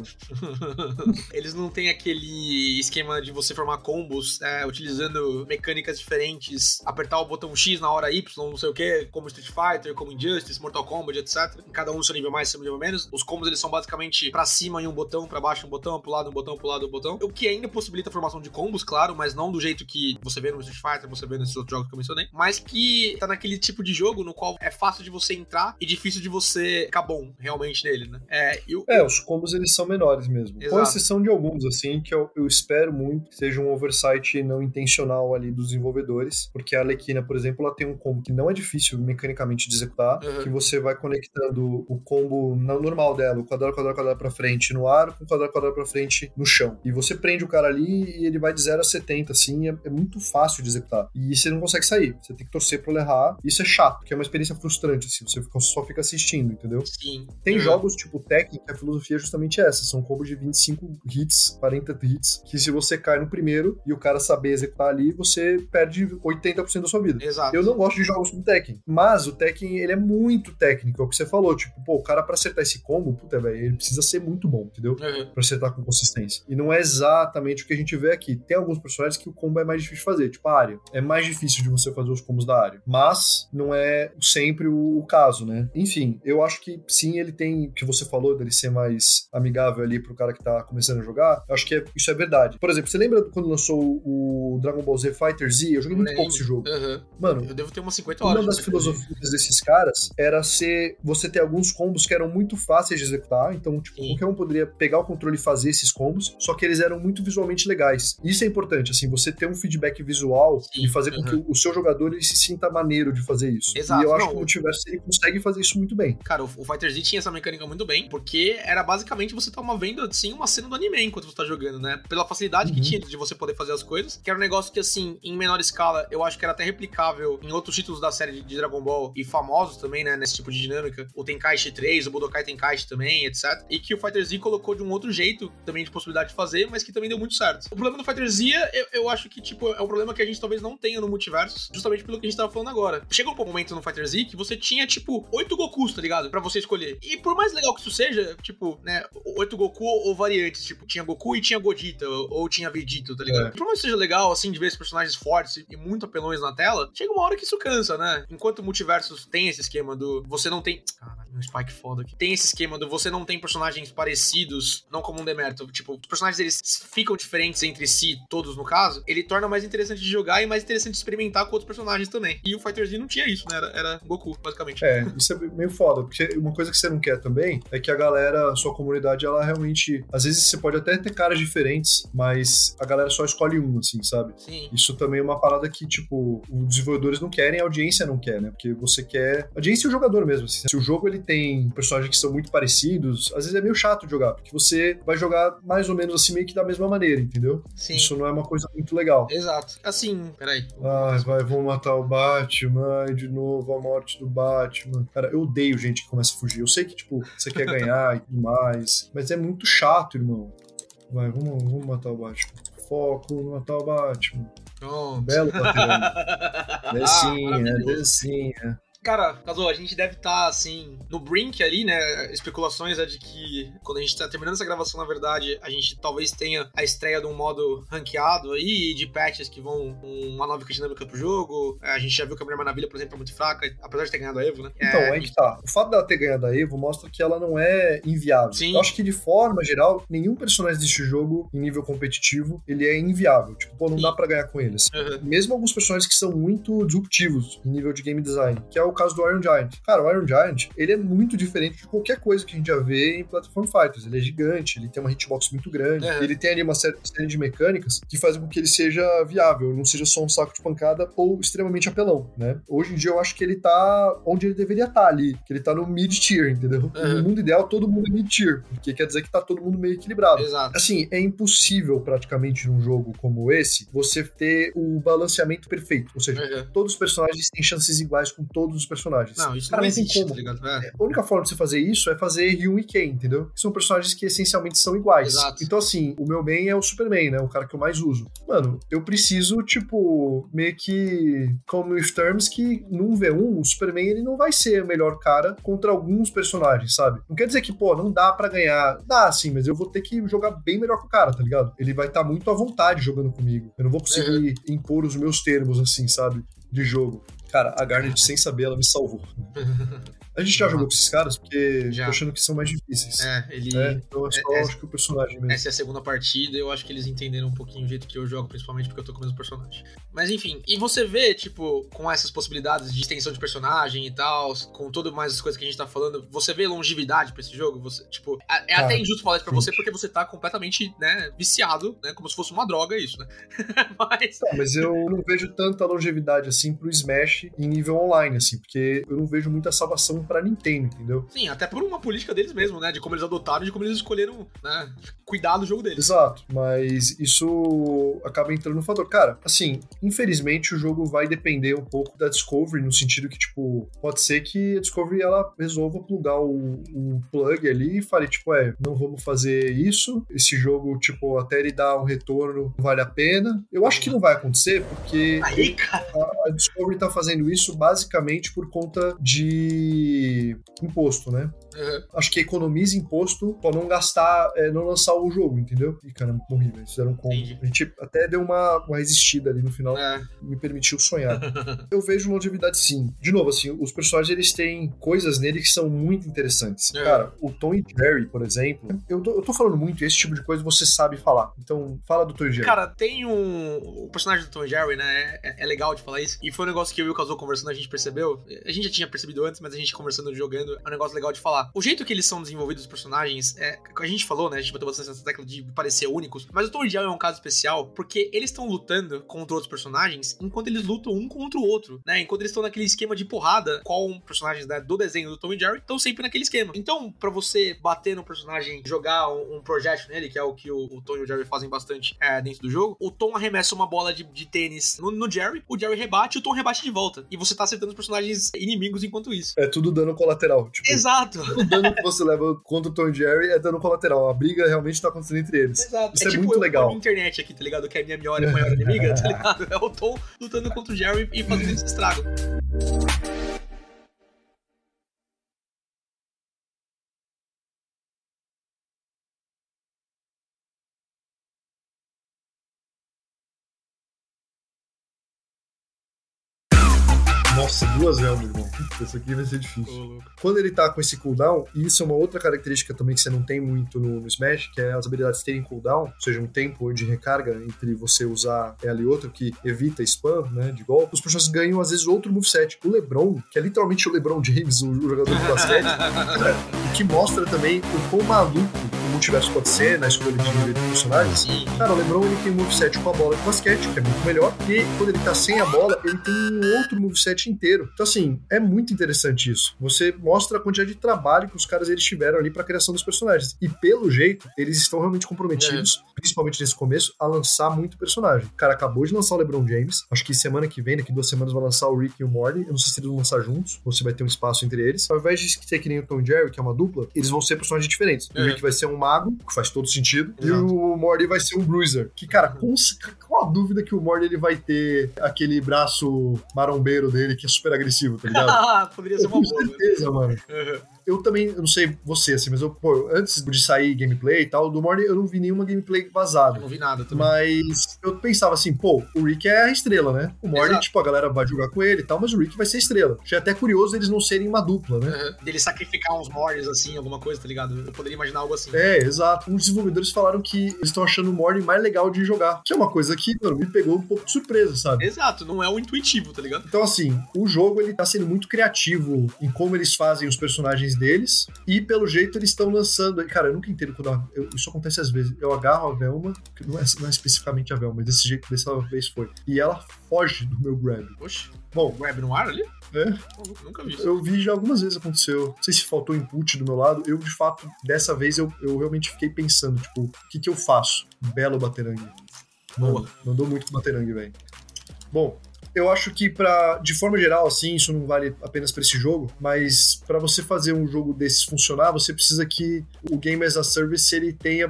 Eles não têm aquele esquema de você formar combos utilizando mecânicas diferentes, apertar o botão X na hora Y, não sei o que, como Street Fighter, como Injustice, Mortal Kombat, etc. Cada um seu nível mais, seu nível menos. Os combos, eles são basicamente pra cima em um botão, pra baixo um botão, pro lado um botão, pro lado um botão. O que ainda possibilita a formação de combos, claro, mas não do jeito que você vê no Street Fighter, você vê nesses outros jogos que eu mencionei, mas que tá naquele tipo de jogo no qual é fácil de você entrar e difícil de você ficar bom realmente nele, né? Os combos, eles são menores mesmo. Exato. Com exceção de alguns, assim, que eu espero muito que seja um oversight não intencional ali dos desenvolvedores, porque a Arlequina, por exemplo, ela tem um combo que não é difícil mecanicamente de executar, que você vai conectando o combo normal dela, o quadrado, quadrado, quadrado pra frente no ar, com o quadrado, quadrado pra frente no chão. E você prende o cara ali e ele vai de 0 a 70, assim, é muito fácil de executar. E você não consegue sair, você tem que torcer pra ele errar. Isso é chato, porque é uma experiência frustrante, assim, você só fica assistindo, entendeu? Sim. Tem jogos tipo Tekken, que a filosofia é justamente essa, são combos de 25 hits, 40 hits, que se você cai no primeiro e o cara saber executar ali, você perde 80% da sua vida. Exato. Eu não gosto de jogos como Tekken, mas o Tekken, ele é muito técnico, é o que você falou, tipo, o cara pra acertar esse combo, puta, velho, ele precisa ser muito bom, entendeu? Pra acertar com consistência. E não é exatamente o que a gente vê aqui. Tem alguns personagens que o combo é mais difícil de fazer, tipo a área. É mais difícil de você fazer os combos da área, mas não é sempre o caso, né? Enfim, eu acho que sim, ele tem, que você falou dele ser mais amigável ali pro cara que tá começando a jogar, eu acho que isso é verdade. Por exemplo, você lembra quando lançou o Dragon Ball Z Fighter Z? Eu joguei muito pouco esse jogo. Mano, eu devo ter umas 50 horas. Uma das filosofias desses caras era você ter alguns combos que eram muito fáceis de executar, então, tipo, qualquer um poderia pegar o controle e fazer esses combos, só que eles eram muito visualmente legais. Isso é importante, assim, você ter um feedback visual e fazer com que o seu jogador ele se sinta maneiro de fazer isso. Exato. E eu acho que o Multiverso ele consegue fazer isso muito bem. Cara, o Fighter Z tinha essa mecânica muito bem, porque era basicamente você tava vendo, assim, uma cena do anime enquanto você tá jogando, né? Pela facilidade que tinha de você poder fazer as coisas, que era um negócio que, assim, em menor escala, eu acho que era até replicável em outros títulos da série de Dragon Ball e famosos também, né, nesse tipo de dinâmica. O Tenkaichi 3, o Budokai Tenkaichi também, etc. E que o Fighter Z colocou de um outro jeito também de possibilidade de fazer, mas que também deu muito certo. O problema do Fighter Z, eu acho que, tipo, é um problema que a gente talvez não tenha no Multiverso, justamente pelo que a gente tava falando agora. Chegou um momento no Fighter Z que você tinha, tipo, 8 Gokus, tá ligado? Pra você escolher. E por mais legal que isso seja, tipo, né, 8 Goku ou variantes, tipo, tinha Goku e tinha Godita, ou tinha Vegeta, tá ligado? Por mais que seja legal, assim, de ver esses personagens fortes e muito apelões na tela, chega uma hora que isso cansa, né? Enquanto o Multiversos tem esse esquema do você não tem... Caralho, um spike foda aqui. Tem esse esquema do você não tem personagens parecidos, não como um demérito. Tipo, os personagens, eles ficam diferentes entre si, todos no caso, ele torna mais interessante de jogar e mais interessante de experimentar com outros personagens também. E o Fighter Z não tinha isso, né? Era Goku, basicamente. Isso é meio foda, porque uma coisa que você não quer também é que a galera, a sua comunidade, ela realmente... Às vezes você pode até ter caras diferentes, mas a galera só escolhe um, assim, sabe? Sim. Isso também é uma parada que, tipo, os desenvolvedores não querem, a audiência não quer, né? Porque você quer... A audiência e o jogador mesmo, assim. Se o jogo, ele tem personagens que são muito parecidos, às vezes é meio chato de jogar, porque você vai jogar mais ou menos assim, meio que da mesma maneira, entendeu? Sim. Isso não é uma coisa muito legal. Exato. Assim, peraí. Vão matar o Batman, de novo a morte do Batman. Cara, eu odeio gente que começa a fugir. Eu sei que, tipo, você quer ganhar e tudo mais, mas é muito chato, irmão. Vamos matar o Batman. Foco, matar o Batman. Pronto. Belo patrão. Descinha. Cara, Kazuo, a gente deve estar, assim, no brink ali, né? Especulações é de que quando a gente tá terminando essa gravação, na verdade, a gente talvez tenha a estreia de um modo ranqueado aí, de patches que vão com uma nova dinâmica pro jogo. A gente já viu que a Mulher Maravilha, por exemplo, é muito fraca, apesar de ter ganhado a EVO, né? Então, aí que tá. O fato dela ter ganhado a EVO mostra que ela não é inviável. Sim. Eu acho que, de forma geral, nenhum personagem deste jogo, em nível competitivo, ele é inviável. Tipo, pô, não dá pra ganhar com eles. Mesmo alguns personagens que são muito disruptivos em nível de game design, que é o caso do Iron Giant. Cara, o Iron Giant, ele é muito diferente de qualquer coisa que a gente já vê em Platform Fighters. Ele é gigante, ele tem uma hitbox muito grande, ele tem ali uma série de mecânicas que fazem com que ele seja viável, não seja só um saco de pancada ou extremamente apelão, né? Hoje em dia eu acho que ele tá onde ele deveria estar ali, que ele tá no mid-tier, entendeu? No mundo ideal, todo mundo é mid-tier, porque quer dizer que tá todo mundo meio equilibrado. Exato. Assim, é impossível praticamente num jogo como esse, você ter o balanceamento perfeito, ou seja, todos os personagens têm chances iguais com todos os personagens. Não, isso Cara, não não tem existe, como. tá ligado? A única forma de você fazer isso é fazer Ryu e Ken, entendeu? Que são personagens que essencialmente são iguais. Exato. Então, assim, o meu main é o Superman, né? O cara que eu mais uso. Mano, eu preciso, tipo, meio que come with terms que num V1, o Superman, ele não vai ser o melhor cara contra alguns personagens, sabe? Não quer dizer que, pô, não dá pra ganhar. Dá, sim, mas eu vou ter que jogar bem melhor que o cara, tá ligado? Ele vai estar muito à vontade jogando comigo. Eu não vou conseguir impor os meus termos, assim, sabe? De jogo. Cara, a Garnet, sem saber, ela me salvou. A gente já jogou com esses caras, porque tô achando que são mais difíceis. Então é só, acho que o personagem mesmo. Essa é a segunda partida, eu acho que eles entenderam um pouquinho o jeito que eu jogo, principalmente porque eu tô com o mesmo personagem. Mas enfim, e você vê, tipo, com essas possibilidades de extensão de personagem e tal, com todas mais as coisas que a gente tá falando, você vê longevidade pra esse jogo? Você, tipo, é até injusto falar isso pra você, porque você tá completamente, né, viciado, né, como se fosse uma droga isso, né? Mas eu não vejo tanta longevidade, assim, pro Smash em nível online, assim, porque eu não vejo muita salvação pra Nintendo, entendeu? Sim, até por uma política deles mesmo, né? De como eles adotaram e de como eles escolheram, né? Cuidar do jogo deles. Exato, mas isso acaba entrando no fator. Cara, assim, infelizmente o jogo vai depender um pouco da Discovery, no sentido que, tipo, pode ser que a Discovery, ela resolva plugar o plug ali e fale, tipo, não vamos fazer isso, esse jogo, tipo, até ele dar um retorno, não vale a pena. Eu acho que não vai acontecer, porque a Discovery tá fazendo isso basicamente por conta de imposto, né? Acho que economiza imposto pra não gastar, não lançar o jogo, entendeu? Ih, caramba, morri, velho. Fizeram como. A gente até deu uma resistida ali no final, me permitiu sonhar. Eu vejo longevidade sim. De novo, assim, os personagens, eles têm coisas nele que são muito interessantes. Cara, o Tom e Jerry, por exemplo, eu tô falando muito, esse tipo de coisa você sabe falar. Então, fala do Tom e Jerry. Cara, tem o personagem do Tom e Jerry, né? É legal de falar isso. E foi um negócio que eu e o Kazuo conversando, a gente percebeu. A gente já tinha percebido antes, mas a gente conversando, jogando, é um negócio legal de falar. O jeito que eles são desenvolvidos, os personagens, a gente falou, né? A gente bateu bastante nessa tecla de parecer únicos, mas o Tom e Jerry é um caso especial porque eles estão lutando contra outros personagens enquanto eles lutam um contra o outro, né? Enquanto eles estão naquele esquema de porrada, qual um personagem, né, do desenho do Tom e Jerry estão sempre naquele esquema. Então, pra você bater no personagem, jogar um projétil nele, que é o que o Tom e o Jerry fazem bastante dentro do jogo, o Tom arremessa uma bola de tênis no Jerry, o Jerry rebate e o Tom rebate de volta. E você tá acertando os personagens inimigos enquanto isso. É tudo dano colateral. Tipo, exato. O dano que você leva contra o Tom e Jerry é dano colateral. A briga realmente tá acontecendo entre eles. Exato. Isso é tipo muito legal. Na internet aqui, tá ligado? Que é a minha maior inimiga, tá ligado? É o Tom lutando contra o Jerry e fazendo esse estrago. Nossa, 2 elmas, irmão. Isso aqui vai ser difícil. Quando ele tá com esse cooldown, e isso é uma outra característica também que você não tem muito no Smash, que é as habilidades terem cooldown, ou seja, um tempo de recarga entre você usar ela e outra, que evita spam, né, de golpe. Os personagens ganham, às vezes, outro moveset. O LeBron, que é literalmente o LeBron James, o jogador de basquete, o que mostra também o quão maluco o multiverso pode ser na escolha de nível de personagens. Cara, o LeBron, ele tem um moveset com a bola de basquete, que é muito melhor, e quando ele tá sem a bola, ele tem um outro moveset inteiro. Então, assim, é muito interessante isso. Você mostra a quantidade de trabalho que os caras eles tiveram ali pra criação dos personagens. E, pelo jeito, eles estão realmente comprometidos, principalmente nesse começo, a lançar muito personagem. O cara acabou de lançar o LeBron James. Acho que semana que vem, daqui 2 semanas, vai lançar o Rick e o Morty. Eu não sei se eles vão lançar juntos, ou se vai ter um espaço entre eles. Ao invés de ter que nem o Tom e Jerry, que é uma dupla, eles vão ser personagens diferentes. O Rick vai ser um mago, que faz todo sentido, Exato. e o Morty vai ser um bruiser. Que, cara, qual a dúvida que o Morty ele vai ter aquele braço marombeiro dele que é super agressivo, tá ligado? Poderia ser uma Com boa, né? certeza, mano. Eu também, eu não sei você, assim, mas antes de sair gameplay e tal, do Morty eu não vi nenhuma gameplay vazada. Eu não vi nada também. Mas eu pensava assim, pô, o Rick é a estrela, né? O Morty, Exato. tipo, a galera vai jogar com ele e tal, mas o Rick vai ser a estrela. Achei até curioso eles não serem uma dupla, né? Dele sacrificar uns Mortys, assim, alguma coisa, tá ligado? Eu poderia imaginar algo assim. É, exato. Os desenvolvedores falaram que eles estão achando o Morty mais legal de jogar. Que é uma coisa que, mano, me pegou um pouco de surpresa, sabe? Exato, não é o intuitivo, tá ligado? Então, assim, o jogo, ele tá sendo muito criativo em como eles fazem os personagens deles, e pelo jeito eles estão lançando... Cara, eu nunca entendo quando... Isso acontece às vezes. Eu agarro a Velma, que não é especificamente a Velma, mas desse jeito, dessa vez foi. E ela foge do meu grab. Oxe, Bom, grab no ar ali? É. Nunca vi isso. Eu vi já algumas vezes aconteceu. Não sei se faltou input do meu lado. Eu, de fato, dessa vez, eu realmente fiquei pensando, tipo, o que eu faço? Belo Baterangue. Boa. Mandou muito com Baterangue, velho. Bom, eu acho que de forma geral, assim, isso não vale apenas pra esse jogo, mas pra você fazer um jogo desses funcionar, você precisa que o Game as a Service ele tenha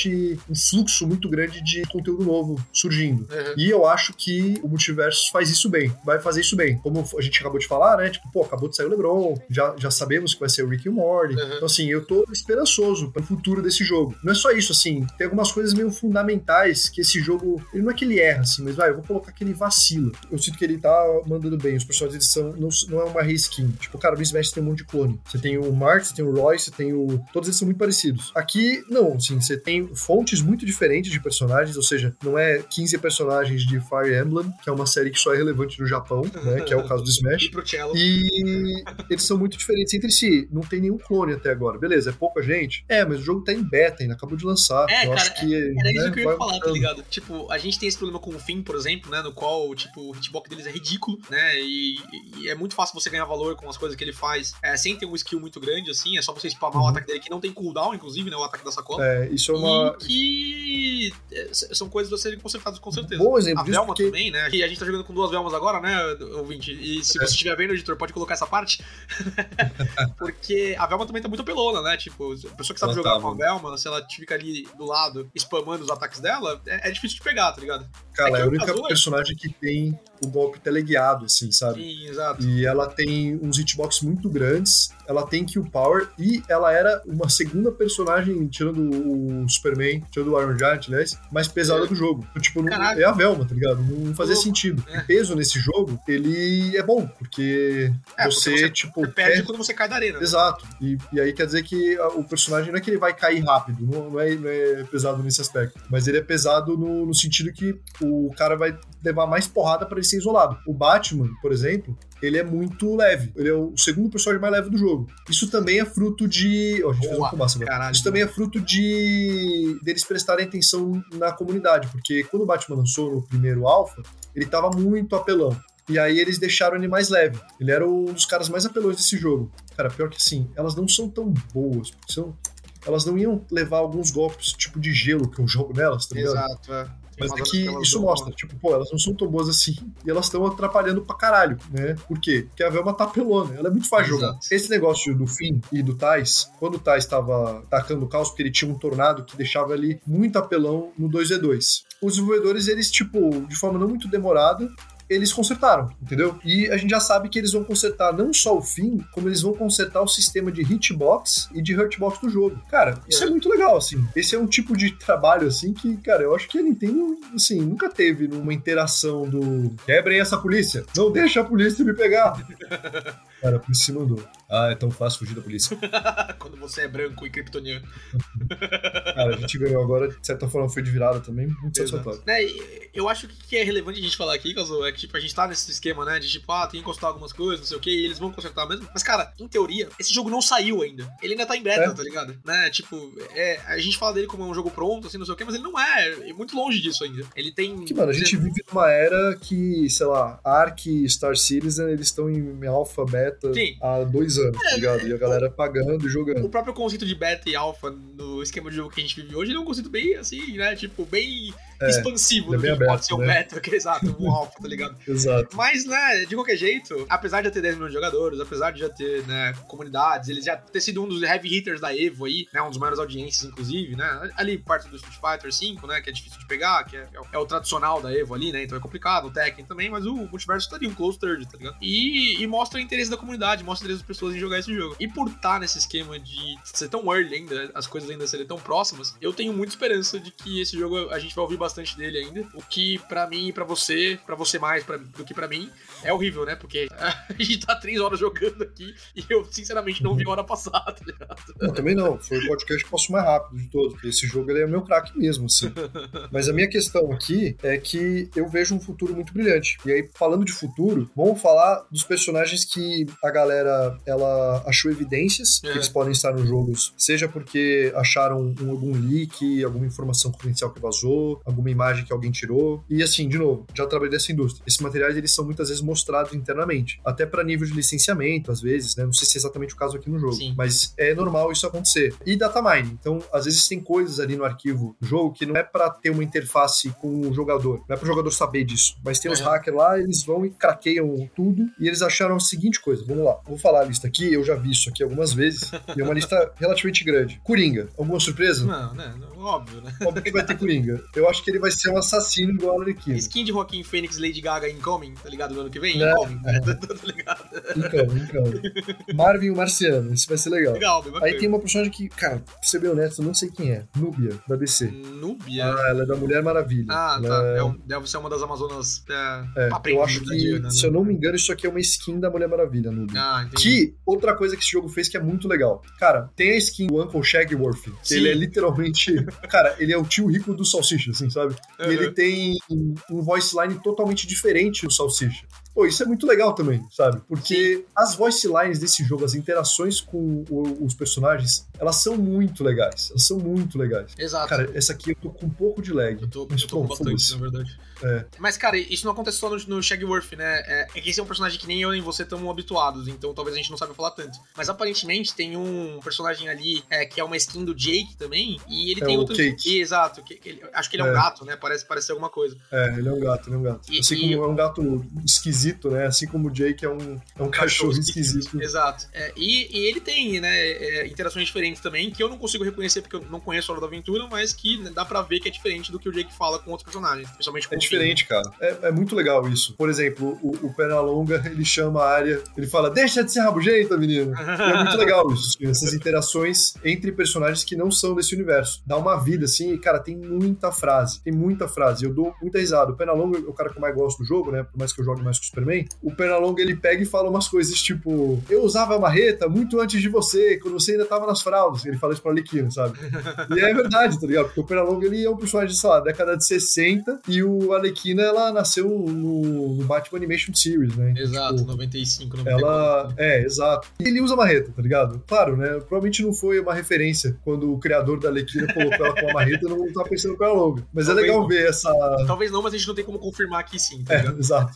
um fluxo muito grande de conteúdo novo surgindo. E eu acho que o Multiversus faz isso bem, vai fazer isso bem. Como a gente acabou de falar, né? Tipo, pô, acabou de sair o LeBron, já sabemos que vai ser o Rick e o Morty. Então, assim, eu tô esperançoso pro futuro desse jogo. Não é só isso, assim, tem algumas coisas meio fundamentais que esse jogo, ele não é que ele erra, assim, mas eu vou colocar que ele vacila. Eu sinto que ele tá mandando bem. Os personagens não é uma reskin. Tipo, cara, no Smash tem um monte de clone. Você tem o Mark, você tem o Roy, você tem o... Todos eles são muito parecidos. Aqui, não, assim, você tem fontes muito diferentes de personagens, ou seja, não é 15 personagens de Fire Emblem, que é uma série que só é relevante no Japão, né, que é o caso do Smash. E pro cello. E eles são muito diferentes entre si. Não tem nenhum clone até agora. Beleza, é pouca gente? É, mas o jogo tá em beta ainda, acabou de lançar. Eu acho que, era isso que eu ia vai falar, mudando. tá ligado? Tipo, a gente tem esse problema com o Finn, por exemplo, né, no qual, tipo, o hitbox deles é ridículo, né, e é muito fácil você ganhar valor com as coisas que ele faz, sem ter um skill muito grande, assim, é só você spamar o ataque dele, que não tem cooldown, inclusive, né, o ataque da sacola. Isso é uma... E que são coisas a serem consertadas com certeza. Bom exemplo A disso, Velma porque... também, né, e a gente tá jogando com 2 Velmas agora, né, ouvinte, e se você estiver vendo, editor, pode colocar essa parte, porque a Velma também tá muito apelona, né, tipo, a pessoa que sabe jogar com a Velma, se ela fica ali do lado, spamando os ataques dela, é difícil de pegar, tá ligado? Cara, é a única Kazuha personagem que tem o golpe teleguiado, assim, sabe? Sim, exato. E ela tem uns hitbox muito grandes, ela tem kill power, e ela era uma segunda personagem, tirando o Superman, tirando o Iron Giant, aliás, mais pesada do jogo. Então, tipo, é a Velma, tá ligado? Não fazia sentido. O peso nesse jogo, ele é bom, porque você, tipo... Você perde quando você cai da arena. Exato. E aí quer dizer que o personagem não é que ele vai cair rápido, não é pesado nesse aspecto, mas ele é pesado no sentido que o cara vai levar mais porrada pra ele ser isolado. O Batman, por exemplo, ele é muito leve. Ele é o segundo personagem mais leve do jogo. Isso também é fruto de... a gente fez uma fumaça agora. Caralho, isso também é fruto deles prestarem atenção na comunidade, porque quando o Batman lançou no primeiro alpha, ele tava muito apelão. E aí eles deixaram ele mais leve. Ele era um dos caras mais apelões desse jogo. Cara, pior que assim, elas não são tão boas, porque elas não iam levar alguns golpes tipo de gelo que eu jogo nelas, tá ligado? Exato, Mas é que isso mostra, tipo, pô, elas não são tão boas assim e elas estão atrapalhando pra caralho, né? Por quê? Porque a Velma tá apelona, ela é muito fácil de jogar. Esse negócio do Finn e do Tais, quando o Tais tava tacando o caos, porque ele tinha um tornado que deixava ele muito apelão no 2v2. Os desenvolvedores, eles, tipo, de forma não muito demorada, eles consertaram, entendeu? E a gente já sabe que eles vão consertar não só o fim, como eles vão consertar o sistema de hitbox e de hurtbox do jogo. Cara, isso é muito legal, assim. Esse é um tipo de trabalho, assim, que, cara, eu acho que a Nintendo, assim, nunca teve numa interação do quebrem essa polícia, não deixa a polícia me pegar. Cara, a polícia mandou. É tão fácil fugir da polícia. Quando você é branco e kryptoniano. Cara, a gente ganhou agora, de certa forma foi de virada também, muito satisfatório. Né, eu acho que o que é relevante a gente falar aqui, Kazu, é que tipo, a gente tá nesse esquema, né, de tipo, tem que encostar algumas coisas, não sei o que, e eles vão consertar mesmo. Mas, cara, em teoria, esse jogo não saiu ainda. Ele ainda tá em beta, tá ligado? Né, tipo, a gente fala dele como um jogo pronto, assim, não sei o que, mas ele não é muito longe disso ainda. Ele tem... Que, mano, a gente vive numa era que, sei lá, Ark e Star Citizen, eles estão em alpha, beta, beta Sim. há 2 anos, tá ligado? E a galera pagando e O jogando. próprio conceito de beta e alpha no esquema de jogo que a gente vive hoje, ele é um conceito bem, assim, né, tipo, bem expansivo ele é do bem que aberto, pode ser um né? beta, que é exato, um alpha, tá ligado? Exato. Mas, né, de qualquer jeito, apesar de já ter 10 milhões de jogadores, apesar de já ter, né, comunidades, eles já ter sido um dos heavy hitters da EVO aí, né, um dos maiores audiências, inclusive, né, ali perto do Street Fighter 5, né, que é difícil de pegar, que é o tradicional da EVO ali, né, então é complicado, o Tekken também, mas o Multiverso estaria um close third, tá ligado? E mostra o interesse da comunidade, mostra o interesse das pessoas em jogar esse jogo. E por estar nesse esquema de ser tão early ainda, as coisas ainda serem tão próximas, eu tenho muita esperança de que esse jogo a gente vai ouvir bastante dele ainda, o que pra mim e pra você mais do que pra mim, é horrível, né? Porque a gente tá 3 horas jogando aqui e eu, sinceramente, não vi a hora passar, tá ligado? Não, também não. Foi o podcast que passou mais rápido de todos, porque esse jogo ele é o meu craque mesmo, assim. Mas a minha questão aqui é que eu vejo um futuro muito brilhante. E aí, falando de futuro, vamos falar dos personagens que a galera, ela achou evidências que eles podem estar nos jogos, seja porque acharam algum leak, alguma informação confidencial que vazou, alguma imagem que alguém tirou. E assim, de novo, já trabalhei nessa indústria. Esses materiais, eles são muitas vezes mostrados internamente, até para nível de licenciamento, às vezes, né? Não sei se é exatamente o caso aqui no jogo, Sim. mas é normal isso acontecer. E data mining. Então, às vezes tem coisas ali no arquivo do jogo que não é para ter uma interface com o jogador, não é para o jogador saber disso, mas tem os hackers lá, eles vão e craqueiam tudo e eles acharam a seguinte coisa, vamos lá, vou falar a lista aqui, eu já vi isso aqui algumas vezes, e é uma lista relativamente grande. Coringa, alguma surpresa? Não, né? Óbvio, né? Óbvio que vai ter Coringa. Eu acho que ele vai ser um assassino igual a Arlequina. Skin de Joaquin Phoenix, Lady Gaga Incoming, tá ligado? No ano que vem? Né? Incoming, né? Tá ligado? Então. Marvin e o Marciano, isso vai ser legal. Legal, bem bacana. Aí tem uma personagem que, cara, pra ser bem honesto, eu não sei quem é. Núbia, da DC. Núbia? Ela é da Mulher Maravilha. Ah, ela tá. Deve ser uma das Amazonas eu acho que, se eu não me engano, isso aqui é uma skin da Mulher Maravilha, Núbia. Ah, entendi. Que, outra coisa que esse jogo fez que é muito legal. Cara, tem a skin do Uncle Shagworth. Ele é literalmente... Cara, ele é o tio rico do Salsicha, assim, sabe? E ele tem um voice line totalmente diferente do Salsicha. Pô, isso é muito legal também, sabe? Porque as voice lines desse jogo, as interações com os personagens, elas são muito legais. Elas são muito legais. Exato. Cara, essa aqui eu tô com um pouco de lag. Eu tô com bastante, na verdade. Mas, cara, isso não acontece só no Shagworth, né? É que esse é um personagem que nem eu nem você estamos habituados, então talvez a gente não saiba falar tanto. Mas aparentemente tem um personagem ali que é uma skin do Jake também, e ele tem outro... Cake. Exato. Acho que ele é um gato, né? Parece ser alguma coisa. Ele é um gato, assim como é um gato esquisito, né? Assim como o Jake é um cachorro esquisito. Exato. E ele tem, né, interações diferentes também, que eu não consigo reconhecer porque eu não conheço a Hora da Aventura, mas que dá pra ver que é diferente do que o Jake fala com outros personagens, principalmente com o diferente, cara. É muito legal isso. Por exemplo, o Pernalonga, ele chama a Arya, ele fala, deixa de ser rabugenta, menina. E é muito legal isso, essas interações entre personagens que não são desse universo. Dá uma vida, assim, e, cara, tem muita frase. Eu dou muita risada. O Pernalonga é o cara que eu mais gosto do jogo, né? Por mais que eu jogue mais com o Superman. O Pernalonga, ele pega e fala umas coisas tipo, eu usava a marreta muito antes de você, quando você ainda tava nas fraldas. Ele fala isso pra Arlequina, sabe? E é verdade, tá ligado? Porque o Pernalonga, ele é um personagem, sei lá, década de 60, e o Arlequina, ela nasceu no Batman Animation Series, né? Então, exato, tipo, 95, 94. Exato. E ele usa marreta, tá ligado? Claro, né? Provavelmente não foi uma referência quando o criador da Arlequina colocou ela com a marreta, não tá pensando com ela longa. Mas talvez é legal ver essa... Talvez não, mas a gente não tem como confirmar que sim, tá ligado? Exato.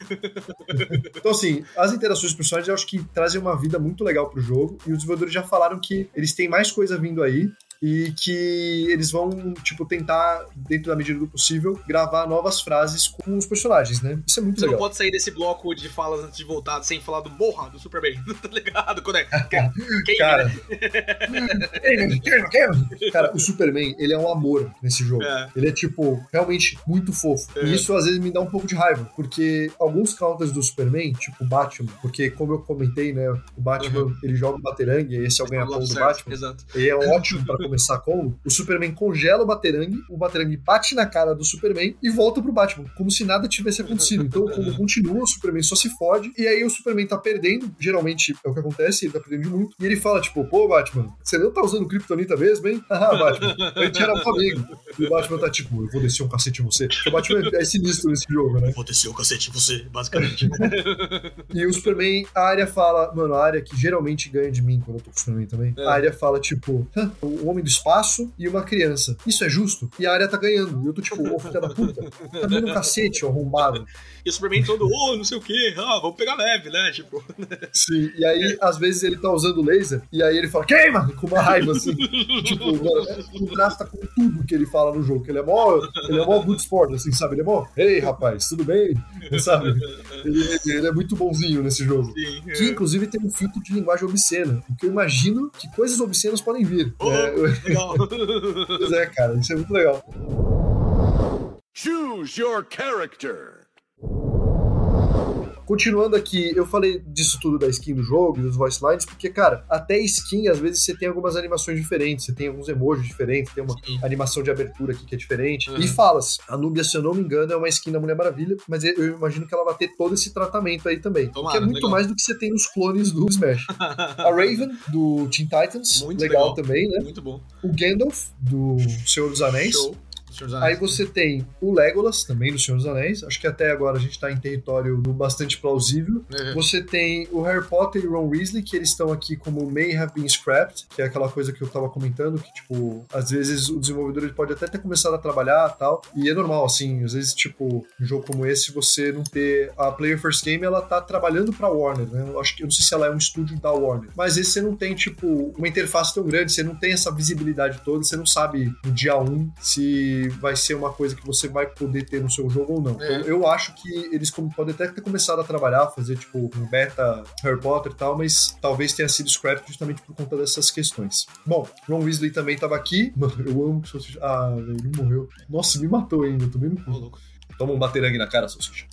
Então, assim, as interações dos personagens eu acho que trazem uma vida muito legal pro jogo, e os desenvolvedores já falaram que eles têm mais coisa vindo aí, e que eles vão, tipo, tentar, dentro da medida do possível, gravar novas frases com os personagens, né? Isso é muito legal. Você não pode sair desse bloco de falas antes de voltar sem falar do borra do Superman, tá ligado? Quando cara, cara, o Superman, ele é um amor nesse jogo. Ele é, tipo, realmente muito fofo. E isso, às vezes, me dá um pouco de raiva, porque alguns counters do Superman, tipo o Batman, porque, como eu comentei, né, o Batman, ele joga o Baterangue, esse é o ganha-pão do Batman. Exato. Ele é ótimo pra começar com o Superman congela o Baterangue bate na cara do Superman e volta pro Batman, como se nada tivesse acontecido. Então, como continua, o Superman só se fode, e aí o Superman tá perdendo, geralmente é o que acontece, ele tá perdendo de muito, e ele fala, tipo, pô, Batman, você não tá usando Kryptonita mesmo, hein? Ah, Batman, a gente era um amigo. E o Batman tá tipo, eu vou descer um cacete em você. Porque o Batman é sinistro nesse jogo, né? Eu vou descer um cacete em você, basicamente. E o Superman, a Arya fala, mano, a Arya que geralmente ganha de mim quando eu tô com o Superman também, a Arya fala, tipo, o Homem do espaço e uma criança. Isso é justo? E a área tá ganhando. E eu tô tipo, ô filha da puta, tá dando um cacete, ó, arrombado. E o Superman todo, não sei o quê, vamos pegar leve, né? Tipo. Sim, e aí, às vezes, ele tá usando laser, e aí ele fala, queima! Com uma raiva, assim. Tipo, mano, contrasta com tudo que ele fala no jogo, que ele é mó good sport, assim, sabe? Ele é mó, ei, rapaz, tudo bem? Sabe? Ele é muito bonzinho nesse jogo. Sim, que, inclusive, tem um filtro de linguagem obscena, porque eu imagino que coisas obscenas podem vir. Legal. Pois é, cara, isso é muito legal. Choose your character. Continuando aqui, eu falei disso tudo da skin do jogo, dos voice lines, porque, cara, até skin, às vezes, você tem algumas animações diferentes, você tem alguns emojis diferentes, tem uma animação de abertura aqui que é diferente. E falas, a Nubia, se eu não me engano, é uma skin da Mulher Maravilha, mas eu imagino que ela vai ter todo esse tratamento aí também. Tomara, que é muito legal. mais do que você tem nos clones do Smash. A Raven, do Teen Titans, Muito legal legal também, né? Muito bom. O Gandalf, do Senhor dos Anéis. Show. Aí você tem o Legolas, também do Senhor dos Anéis. Acho que até agora a gente tá em território bastante plausível. Você tem o Harry Potter e o Ron Weasley, que eles estão aqui como May Have Been Scrapped, que é aquela coisa que eu tava comentando, que, tipo, às vezes o desenvolvedor ele pode até ter começado a trabalhar e tal. E é normal, assim, às vezes, tipo, um jogo como esse, você não ter... A Player First Game, ela tá trabalhando pra Warner, né? Eu não sei se ela é um estúdio da Warner. Mas esse você não tem, tipo, uma interface tão grande, você não tem essa visibilidade toda, você não sabe no dia 1 se vai ser uma coisa que você vai poder ter no seu jogo ou não. Então, eu acho que eles podem até ter começado a trabalhar, fazer tipo um beta Harry Potter e tal, mas talvez tenha sido scrapped justamente por conta dessas questões. Bom, Ron Weasley também tava aqui. Mano, eu amo que o Salsicha... Ah, velho, ele morreu. Nossa, me matou ainda, tô vendo. Louco. Toma um baterangue na cara, Salsicha.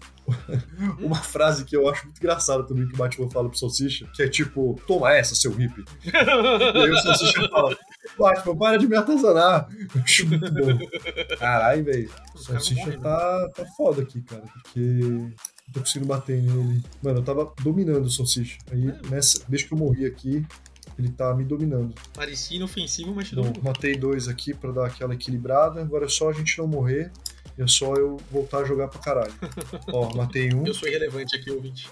Uma frase que eu acho muito engraçada também que o Batman fala pro Salsicha, que é tipo, toma essa, seu hippie. E aí o Salsicha fala, Batman, para de me atazanar. Eu acho muito bom. Caralho, velho. O Salsicha tá foda aqui, cara, porque eu tô conseguindo bater nele. Mano, eu tava dominando o Salsicha. Aí, desde que eu morri aqui, ele tá me dominando. Parecia inofensivo, mas te Bom, dominou. matei 2 aqui pra dar aquela equilibrada. Agora é só a gente não morrer. É só eu voltar a jogar pra caralho. Ó, matei um. Eu sou irrelevante aqui, ouvinte.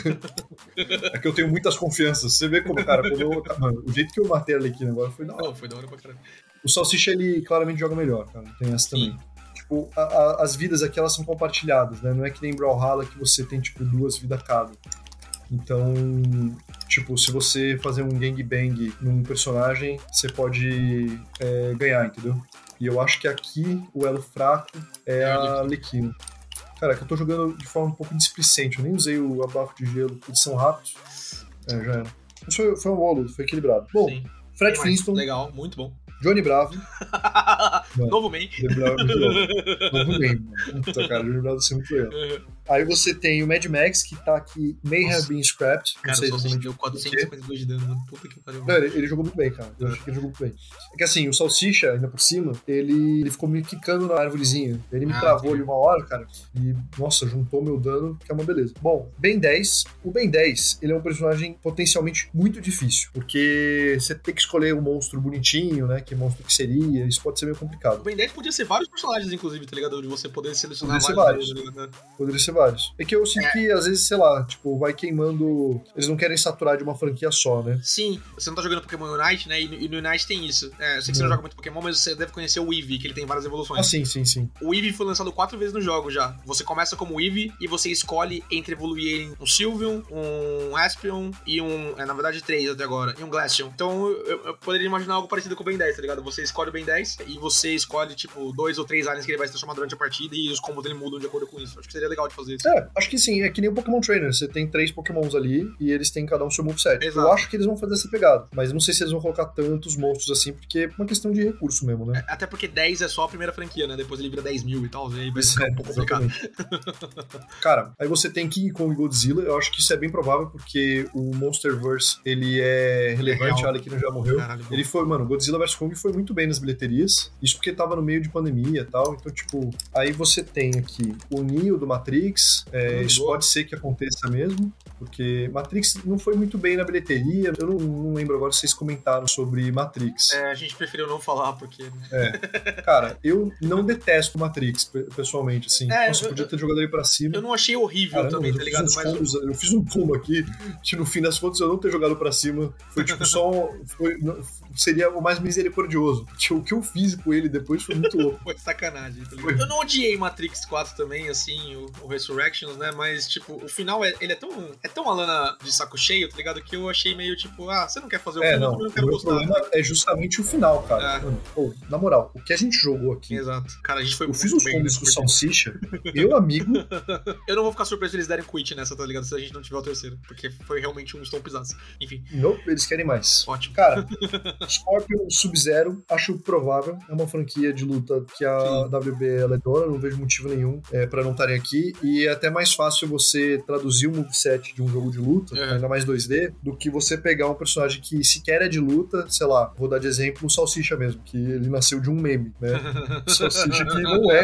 É que eu tenho muitas confianças. Você vê como, cara, mano, o jeito que eu matei a Arlequina agora foi da hora. Não, foi da hora pra caralho. O Salsicha, ele claramente joga melhor, cara. Tem essa também. Tipo, as vidas aqui, elas são compartilhadas, né? Não é que nem Brawlhalla que você tem, tipo, 2 vidas cada. Então, tipo, se você fazer um gangbang num personagem, você pode ganhar, entendeu? E eu acho que aqui o elo fraco é a Arlequina. Cara, que eu tô jogando de forma um pouco displicente. Eu nem usei o abafo de gelo, eles são rápidos. Já era. Mas foi um bom luta, foi equilibrado. Bom, Sim. Fred Flintstone, Legal, muito bom. Johnny Bravo. Novo man. Johnny Bravo é muito bom. Novo man, mano. Puta, cara, Johnny Bravo é muito legal. Aí você tem o Mad Max, que tá aqui, May Have Been Scrapped. Cara, não sei só exatamente deu por quê. 452 de dano, mano. Puta que pariu. Não, ele jogou muito bem, cara. Eu acho que ele jogou muito bem. É que assim, o Salsicha, ainda por cima, ele ficou me quicando na árvorezinha. Ele me travou ali uma hora, cara. E, nossa, juntou meu dano, que é uma beleza. Bom, Ben 10. O Ben 10, ele é um personagem potencialmente muito difícil. Porque você tem que escolher um monstro bonitinho, né? Que monstro que seria. Isso pode ser meio complicado. O Ben 10 podia ser vários personagens, inclusive, tá ligado? De você poder selecionar Poderia ser vários. vários. Tá ligado? Poderia ser vários. É que eu sinto que, às vezes, sei lá, tipo, vai queimando... Eles não querem saturar de uma franquia só, né? Sim, você não tá jogando Pokémon Unite, né? E no Unite tem isso. Eu sei que você não joga muito Pokémon, mas você deve conhecer o Eevee, que ele tem várias evoluções. Ah, sim. O Eevee foi lançado 4 vezes no jogo já. Você começa como Eevee e você escolhe entre evoluir em um Sylveon, um Espeon e na verdade 3 até agora, e um Glaceon. Então eu poderia imaginar algo parecido com o Ben 10, tá ligado? Você escolhe o Ben 10 e você escolhe, tipo, 2 ou 3 aliens que ele vai se transformar durante a partida e os combos dele mudam de acordo com isso. Acho que seria legal de fazer isso. Acho que sim. É que nem o Pokémon Trainer. Você tem 3 Pokémons ali e eles têm cada um seu moveset. Exato. Eu acho que eles vão fazer essa pegada, mas não sei se eles vão colocar tantos monstros assim, porque é uma questão de recurso mesmo, né? Até porque 10 é só a primeira franquia, né? Depois ele vira 10 mil e tal, aí vai ficar um pouco complicado. Cara, aí você tem King Kong e Godzilla. Eu acho que isso é bem provável, porque o Monsterverse, ele é relevante. A Arlequina já morreu. Caralho, ele foi, mano, Godzilla vs Kong foi muito bem nas bilheterias. Isso porque tava no meio de pandemia e tal. Então, tipo, aí você tem aqui o Neo do Matrix. Isso pode ser que aconteça mesmo, porque Matrix não foi muito bem na bilheteria. Eu não lembro agora se vocês comentaram sobre Matrix. A gente preferiu não falar, porque... Cara, eu não detesto Matrix, pessoalmente, assim. Nossa, eu podia ter jogado ele pra cima. Eu não achei horrível. Caramba, também, tá ligado? Mas eu fiz um combo aqui, que no fim das contas eu não ter jogado pra cima foi tipo só... seria o mais misericordioso. Porque o que eu fiz com ele depois foi muito louco. Foi sacanagem, tá ligado? Eu não odiei Matrix 4 também, assim, o Resurrections, né? Mas, tipo, o final, ele é tão a Lana de saco cheio, tá ligado? Que eu achei meio, tipo, você não quer fazer o filme, eu não quero gostar. O problema é justamente o final, cara. Mano, pô, na moral, o que a gente jogou aqui... Exato. Cara, a gente foi Eu fiz uns combos com o Salsicha, meu amigo... Eu não vou ficar surpreso se eles derem quit nessa, tá ligado? Se a gente não tiver o terceiro. Porque foi realmente um estompizaço. Enfim. Não, eles querem mais. Ótimo. Cara, Scorpion Sub-Zero, acho provável. É uma franquia de luta que a WB ela é dona, não vejo motivo nenhum pra não estarem aqui. E é até mais fácil você traduzir o moveset de um jogo de luta, ainda mais 2D, do que você pegar um personagem que sequer é de luta, sei lá, vou dar de exemplo o Salsicha mesmo, que ele nasceu de um meme, né? O Salsicha que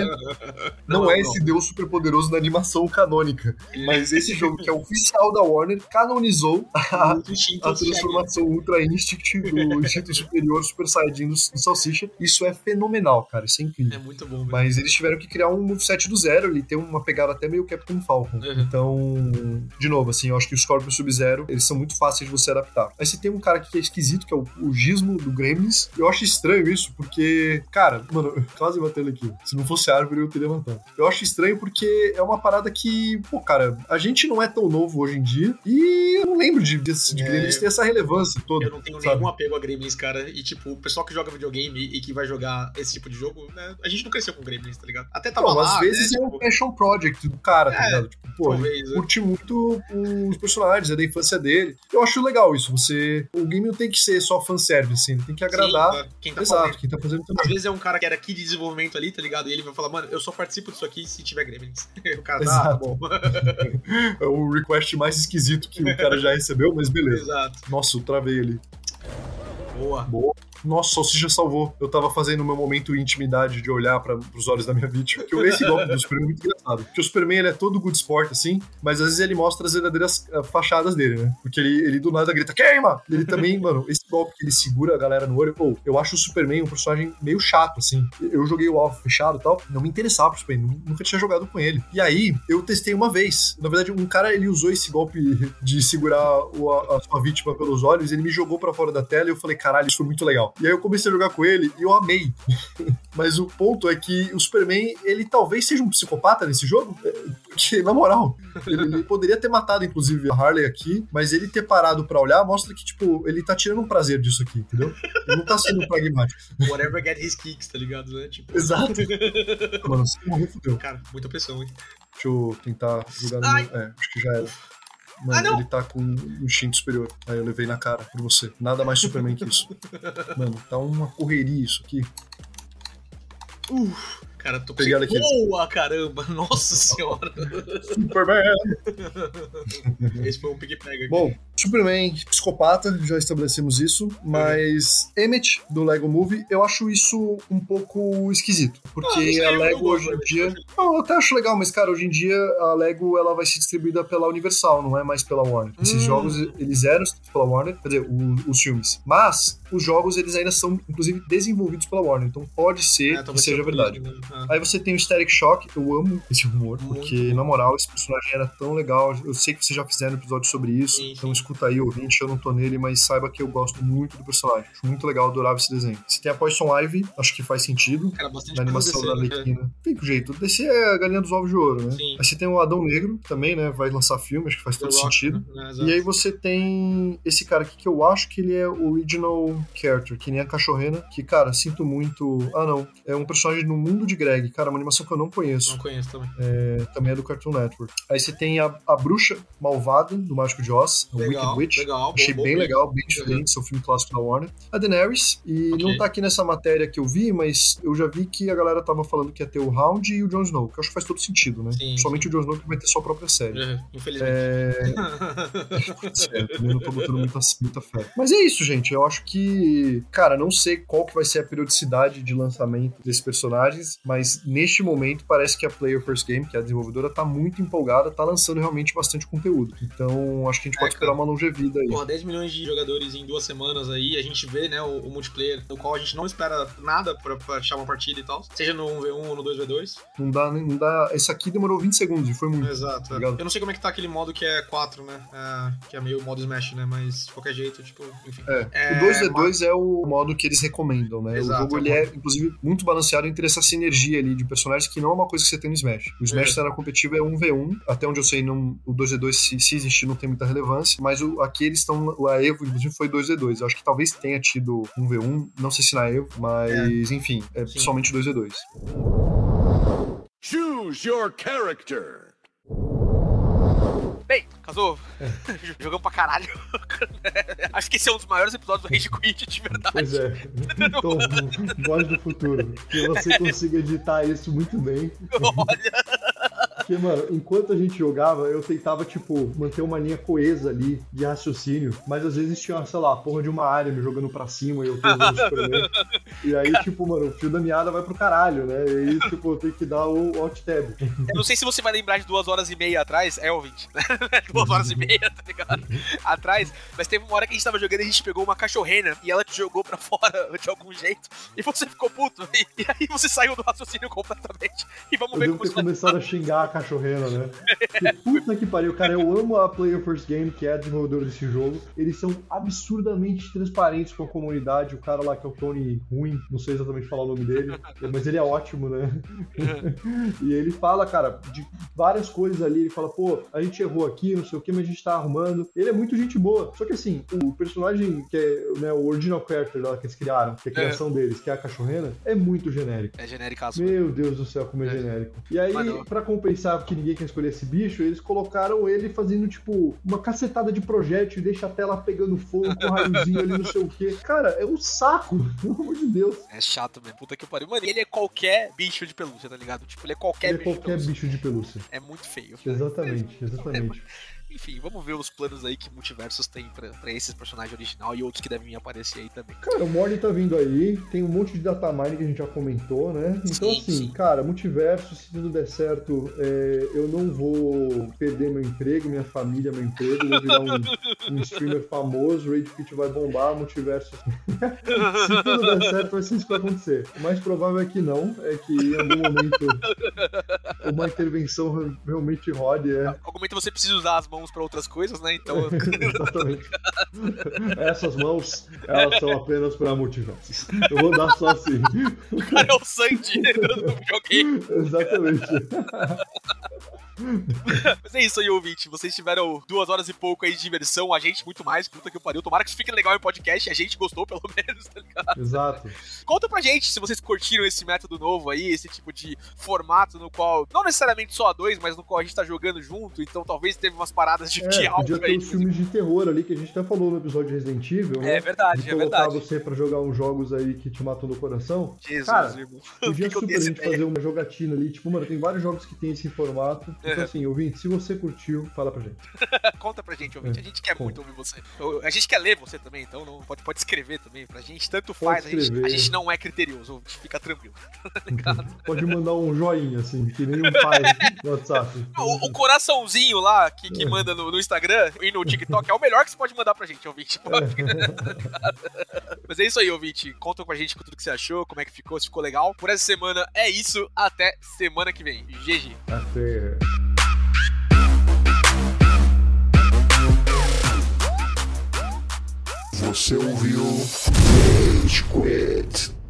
não é esse deus super poderoso da animação canônica, mas esse jogo que é oficial da Warner canonizou a transformação Ultra Instinct do Instinto Superior Super Saiyajin do Salsicha. Isso é fenomenal, cara, isso é incrível. É muito bom, velho. Mas eles tiveram que criar um moveset do zero, ele tem uma pegada até meio Captain Falcon. Então, de novo, assim, eu acho que os Scorpion Sub-Zero, eles são muito fáceis de você adaptar. Aí você tem um cara que é esquisito, que é o Gizmo do Gremlins. Eu acho estranho isso, porque, cara, mano, eu quase batendo aqui. Se não fosse árvore, eu teria levantado. Eu acho estranho porque é uma parada que, pô, cara, a gente não é tão novo hoje em dia e eu não lembro de Gremlins ter essa relevância toda. Eu não tenho nenhum apego a Gremlins, cara. E, tipo, o pessoal que joga videogame e que vai jogar esse tipo de jogo, né, a gente não cresceu com Gremlins, tá ligado? Até tava lá, às vezes né, é um passion project do cara, tá ligado? Tipo, pô, talvez, ele curte muito os personagens, é da infância dele. Eu acho legal isso, o game não tem que ser só fanservice, assim, ele tem que agradar. Quem tá quem tá fazendo também. Às vezes é um cara que era aqui de desenvolvimento ali, tá ligado? E ele vai falar, mano, eu só participo disso aqui se tiver Gremlins. O cara tá bom. É o request mais esquisito que o cara já recebeu, mas beleza. Exato. Nossa, eu travei ali. Boa. Nossa, o Salsicha salvou. Eu tava fazendo o meu momento de intimidade de olhar pros olhos da minha vítima. Porque esse golpe do Superman é muito engraçado. Porque o Superman, ele é todo good sport, assim, mas às vezes ele mostra as verdadeiras fachadas dele, né? Porque ele do nada grita, queima! Ele também, mano, esse golpe que ele segura a galera no olho, eu acho o Superman um personagem meio chato, assim. Eu joguei o alvo fechado e tal, não me interessava pro Superman, nunca tinha jogado com ele. E aí, eu testei uma vez. Na verdade, um cara, ele usou esse golpe de segurar a sua vítima pelos olhos, ele me jogou pra fora da tela e eu falei, caralho, isso foi muito legal. E aí eu comecei a jogar com ele e eu amei. Mas o ponto é que o Superman, ele talvez seja um psicopata nesse jogo, porque, na moral, ele poderia ter matado, inclusive, a Harley aqui, mas ele ter parado pra olhar mostra que, tipo, ele tá tirando um prazer disso aqui, entendeu? Ele não tá sendo pragmático. Whatever get his kicks, tá ligado, né? Tipo... Exato. Mano, se morrer, fudeu. Cara, muita pressão, hein? Deixa eu tentar jogar no... acho que já era. Mano, ele tá com um instinto superior. Aí eu levei na cara por você. Nada mais Superman que isso. Mano, tá uma correria isso aqui. Cara, tô peguei ela aqui. Boa, caramba! Nossa senhora! Superman! Esse foi um pique-pega aqui. Bom, Superman, psicopata, já estabelecemos isso, mas Emmett, do Lego Movie, eu acho isso um pouco esquisito, porque a Lego hoje em dia... eu até acho legal, mas cara, hoje em dia a Lego ela vai ser distribuída pela Universal, não é mais pela Warner. Esses jogos, eles eram pela Warner, quer dizer, os filmes, mas os jogos, eles ainda são, inclusive, desenvolvidos pela Warner, então pode ser que seja verdade. Aí você tem o Static Shock, eu amo esse rumor, porque, na moral, esse personagem era tão legal, eu sei que vocês já fizeram um episódio sobre isso, então escuta aí, ouvinte, eu não tô nele, mas saiba que eu gosto muito do personagem. Acho muito legal, adorava esse desenho. Você tem a Poison Ivy, acho que faz sentido. Cara, bastante na animação da Arlequina. Tem que jeito. DC é a galinha dos ovos de ouro, né? Sim. Aí você tem o Adão Negro, também, né? Vai lançar filme, acho que faz todo sentido. E aí você tem esse cara aqui que eu acho que ele é o original character, que nem a cachorrena, que, cara, sinto muito... não. É um personagem no mundo de Greg. Cara, uma animação que eu não conheço. Não conheço também. Também é do Cartoon Network. Aí você tem a bruxa malvada, do Mágico de Oz, a Wicked Witch. Legal, achei bem legal, bem diferente, seu filme clássico da Warner. A Daenerys, e não tá aqui nessa matéria que eu vi, mas eu já vi que a galera tava falando que ia ter o Hound e o Jon Snow, que eu acho que faz todo sentido, né? Somente o Jon Snow que vai ter sua própria série. Infelizmente. Também não tô botando muita fé. Mas é isso, gente. Eu acho que, cara, não sei qual que vai ser a periodicidade de lançamento desses personagens, mas mas neste momento parece que a Player First Game, que é a desenvolvedora, tá muito empolgada, tá lançando realmente bastante conteúdo. Então, acho que a gente pode esperar uma longevida aí. Porra, 10 milhões de jogadores em 2 semanas aí, a gente vê, né, o multiplayer, no qual a gente não espera nada pra achar uma partida e tal, seja no 1v1 ou no 2v2. Não dá. Esse aqui demorou 20 segundos e foi muito. Exato. Ligado? Eu não sei como é que tá aquele modo que é 4, né, que é meio modo Smash, né, mas de qualquer jeito, tipo, enfim. O 2v2 é o modo que eles recomendam, né? Exato, o jogo, ele é, inclusive, muito balanceado entre essa sinergia ali de personagens que não é uma coisa que você tem no Smash. O Smash na competitiva é 1v1, até onde eu sei, não, o 2v2, se existir, não tem muita relevância, mas aqui eles estão, a EVO, inclusive, foi 2v2. Eu acho que talvez tenha tido 1v1, não sei se na EVO, mas, enfim, é somente 2v2. Choose your character. Bem, Kazuo, jogamos pra caralho. Acho que esse é um dos maiores episódios do Rage Quit, de verdade. Pois é. Então, voz do futuro. Que você consiga editar isso muito bem. Olha... Porque, mano, enquanto a gente jogava, eu tentava, tipo, manter uma linha coesa ali de raciocínio, mas às vezes tinha, sei lá, a porra de uma área me jogando pra cima e eu tô usando Superman. E aí, tipo, mano, o fio da meada vai pro caralho, né? E aí, tipo, eu tenho que dar o Alt Tab. Eu não sei se você vai lembrar de 2 horas e meia atrás, ouvinte, né? 2 horas e meia, tá ligado? Atrás, mas teve uma hora que a gente tava jogando e a gente pegou uma cachorrena e ela te jogou pra fora de algum jeito e você ficou puto. E aí você saiu do raciocínio completamente. E vamos ver como isso vai... começado a xingar a cachorreira, né? Que puta que pariu, cara, eu amo a Player First Game, que é a desenvolvedora desse jogo. Eles são absurdamente transparentes com a comunidade. O cara lá que é o Tony Ruim, não sei exatamente falar o nome dele, mas ele é ótimo, né? E ele fala, cara, de várias coisas ali. Ele fala, pô, a gente errou aqui, não sei o que, mas a gente tá arrumando. Ele é muito gente boa. Só que assim, o personagem que é, né, o original character lá que eles criaram, que é a criação deles, que é a cachorrena, é muito genérico. É genérico. Meu Deus do céu, como é genérico. E aí, pra compensar que ninguém quer escolher esse bicho, eles colocaram ele fazendo, tipo, uma cacetada de projétil e deixa a tela pegando fogo com um raiozinho ali, não sei o quê. Cara, é um saco, pelo amor de Deus. É chato mesmo, puta que pariu. Mano, ele é qualquer bicho de pelúcia, tá ligado? Tipo, ele é qualquer bicho de pelúcia. É muito feio. Exatamente. Enfim, vamos ver os planos aí que Multiversos tem pra esses personagens original e outros que devem aparecer aí também. Cara, o Morty tá vindo aí, tem um monte de datamine que a gente já comentou, né? Então, sim. Cara, Multiverso, se tudo der certo, eu não vou perder meu emprego, minha família, meu emprego, vou virar um streamer famoso, Rage Quit vai bombar, Multiverso. Se tudo der certo, vai ser isso que vai acontecer. O mais provável é que não, é que em algum momento uma intervenção realmente rode. Em algum momento você precisa usar as mãos pra outras coisas, né? Então... Exatamente. Essas mãos, elas são apenas pra Multiversos. Eu vou dar só assim. O cara é o Sandy do videogame. Exatamente. Mas é isso aí, ouvinte. Vocês tiveram 2 horas e pouco aí de diversão, a gente muito mais, puta que pariu. Tomara que isso fique legal em podcast, a gente gostou pelo menos, tá ligado? Exato. Conta pra gente se vocês curtiram esse método novo aí, esse tipo de formato no qual, não necessariamente só a 2, mas no qual a gente tá jogando junto, então talvez teve umas paradas de diálogo aí. Podia ter os filmes de terror ali, que a gente até falou no episódio de Resident Evil, né? É verdade, de colocar você pra jogar uns jogos aí que te matam no coração. Jesus, cara, irmão. Podia super a gente fazer uma jogatina ali, tipo, mano, tem vários jogos que tem esse formato. Então assim, ouvinte, se você curtiu, fala pra gente. Conta pra gente, ouvinte. A gente quer muito ouvir você. A gente quer ler você também, então não, pode escrever também pra gente. Tanto faz, a gente não é criterioso, ouvinte, fica tranquilo. Pode mandar um joinha, assim, que nem um pai no WhatsApp. O coraçãozinho lá que manda no Instagram e no TikTok é o melhor que você pode mandar pra gente, ouvinte. Mas é isso aí, ouvinte. Conta com a gente com tudo que você achou, como é que ficou, se ficou legal. Por essa semana é isso. Até semana que vem. GG. Até. Você ouviu Rage Quit.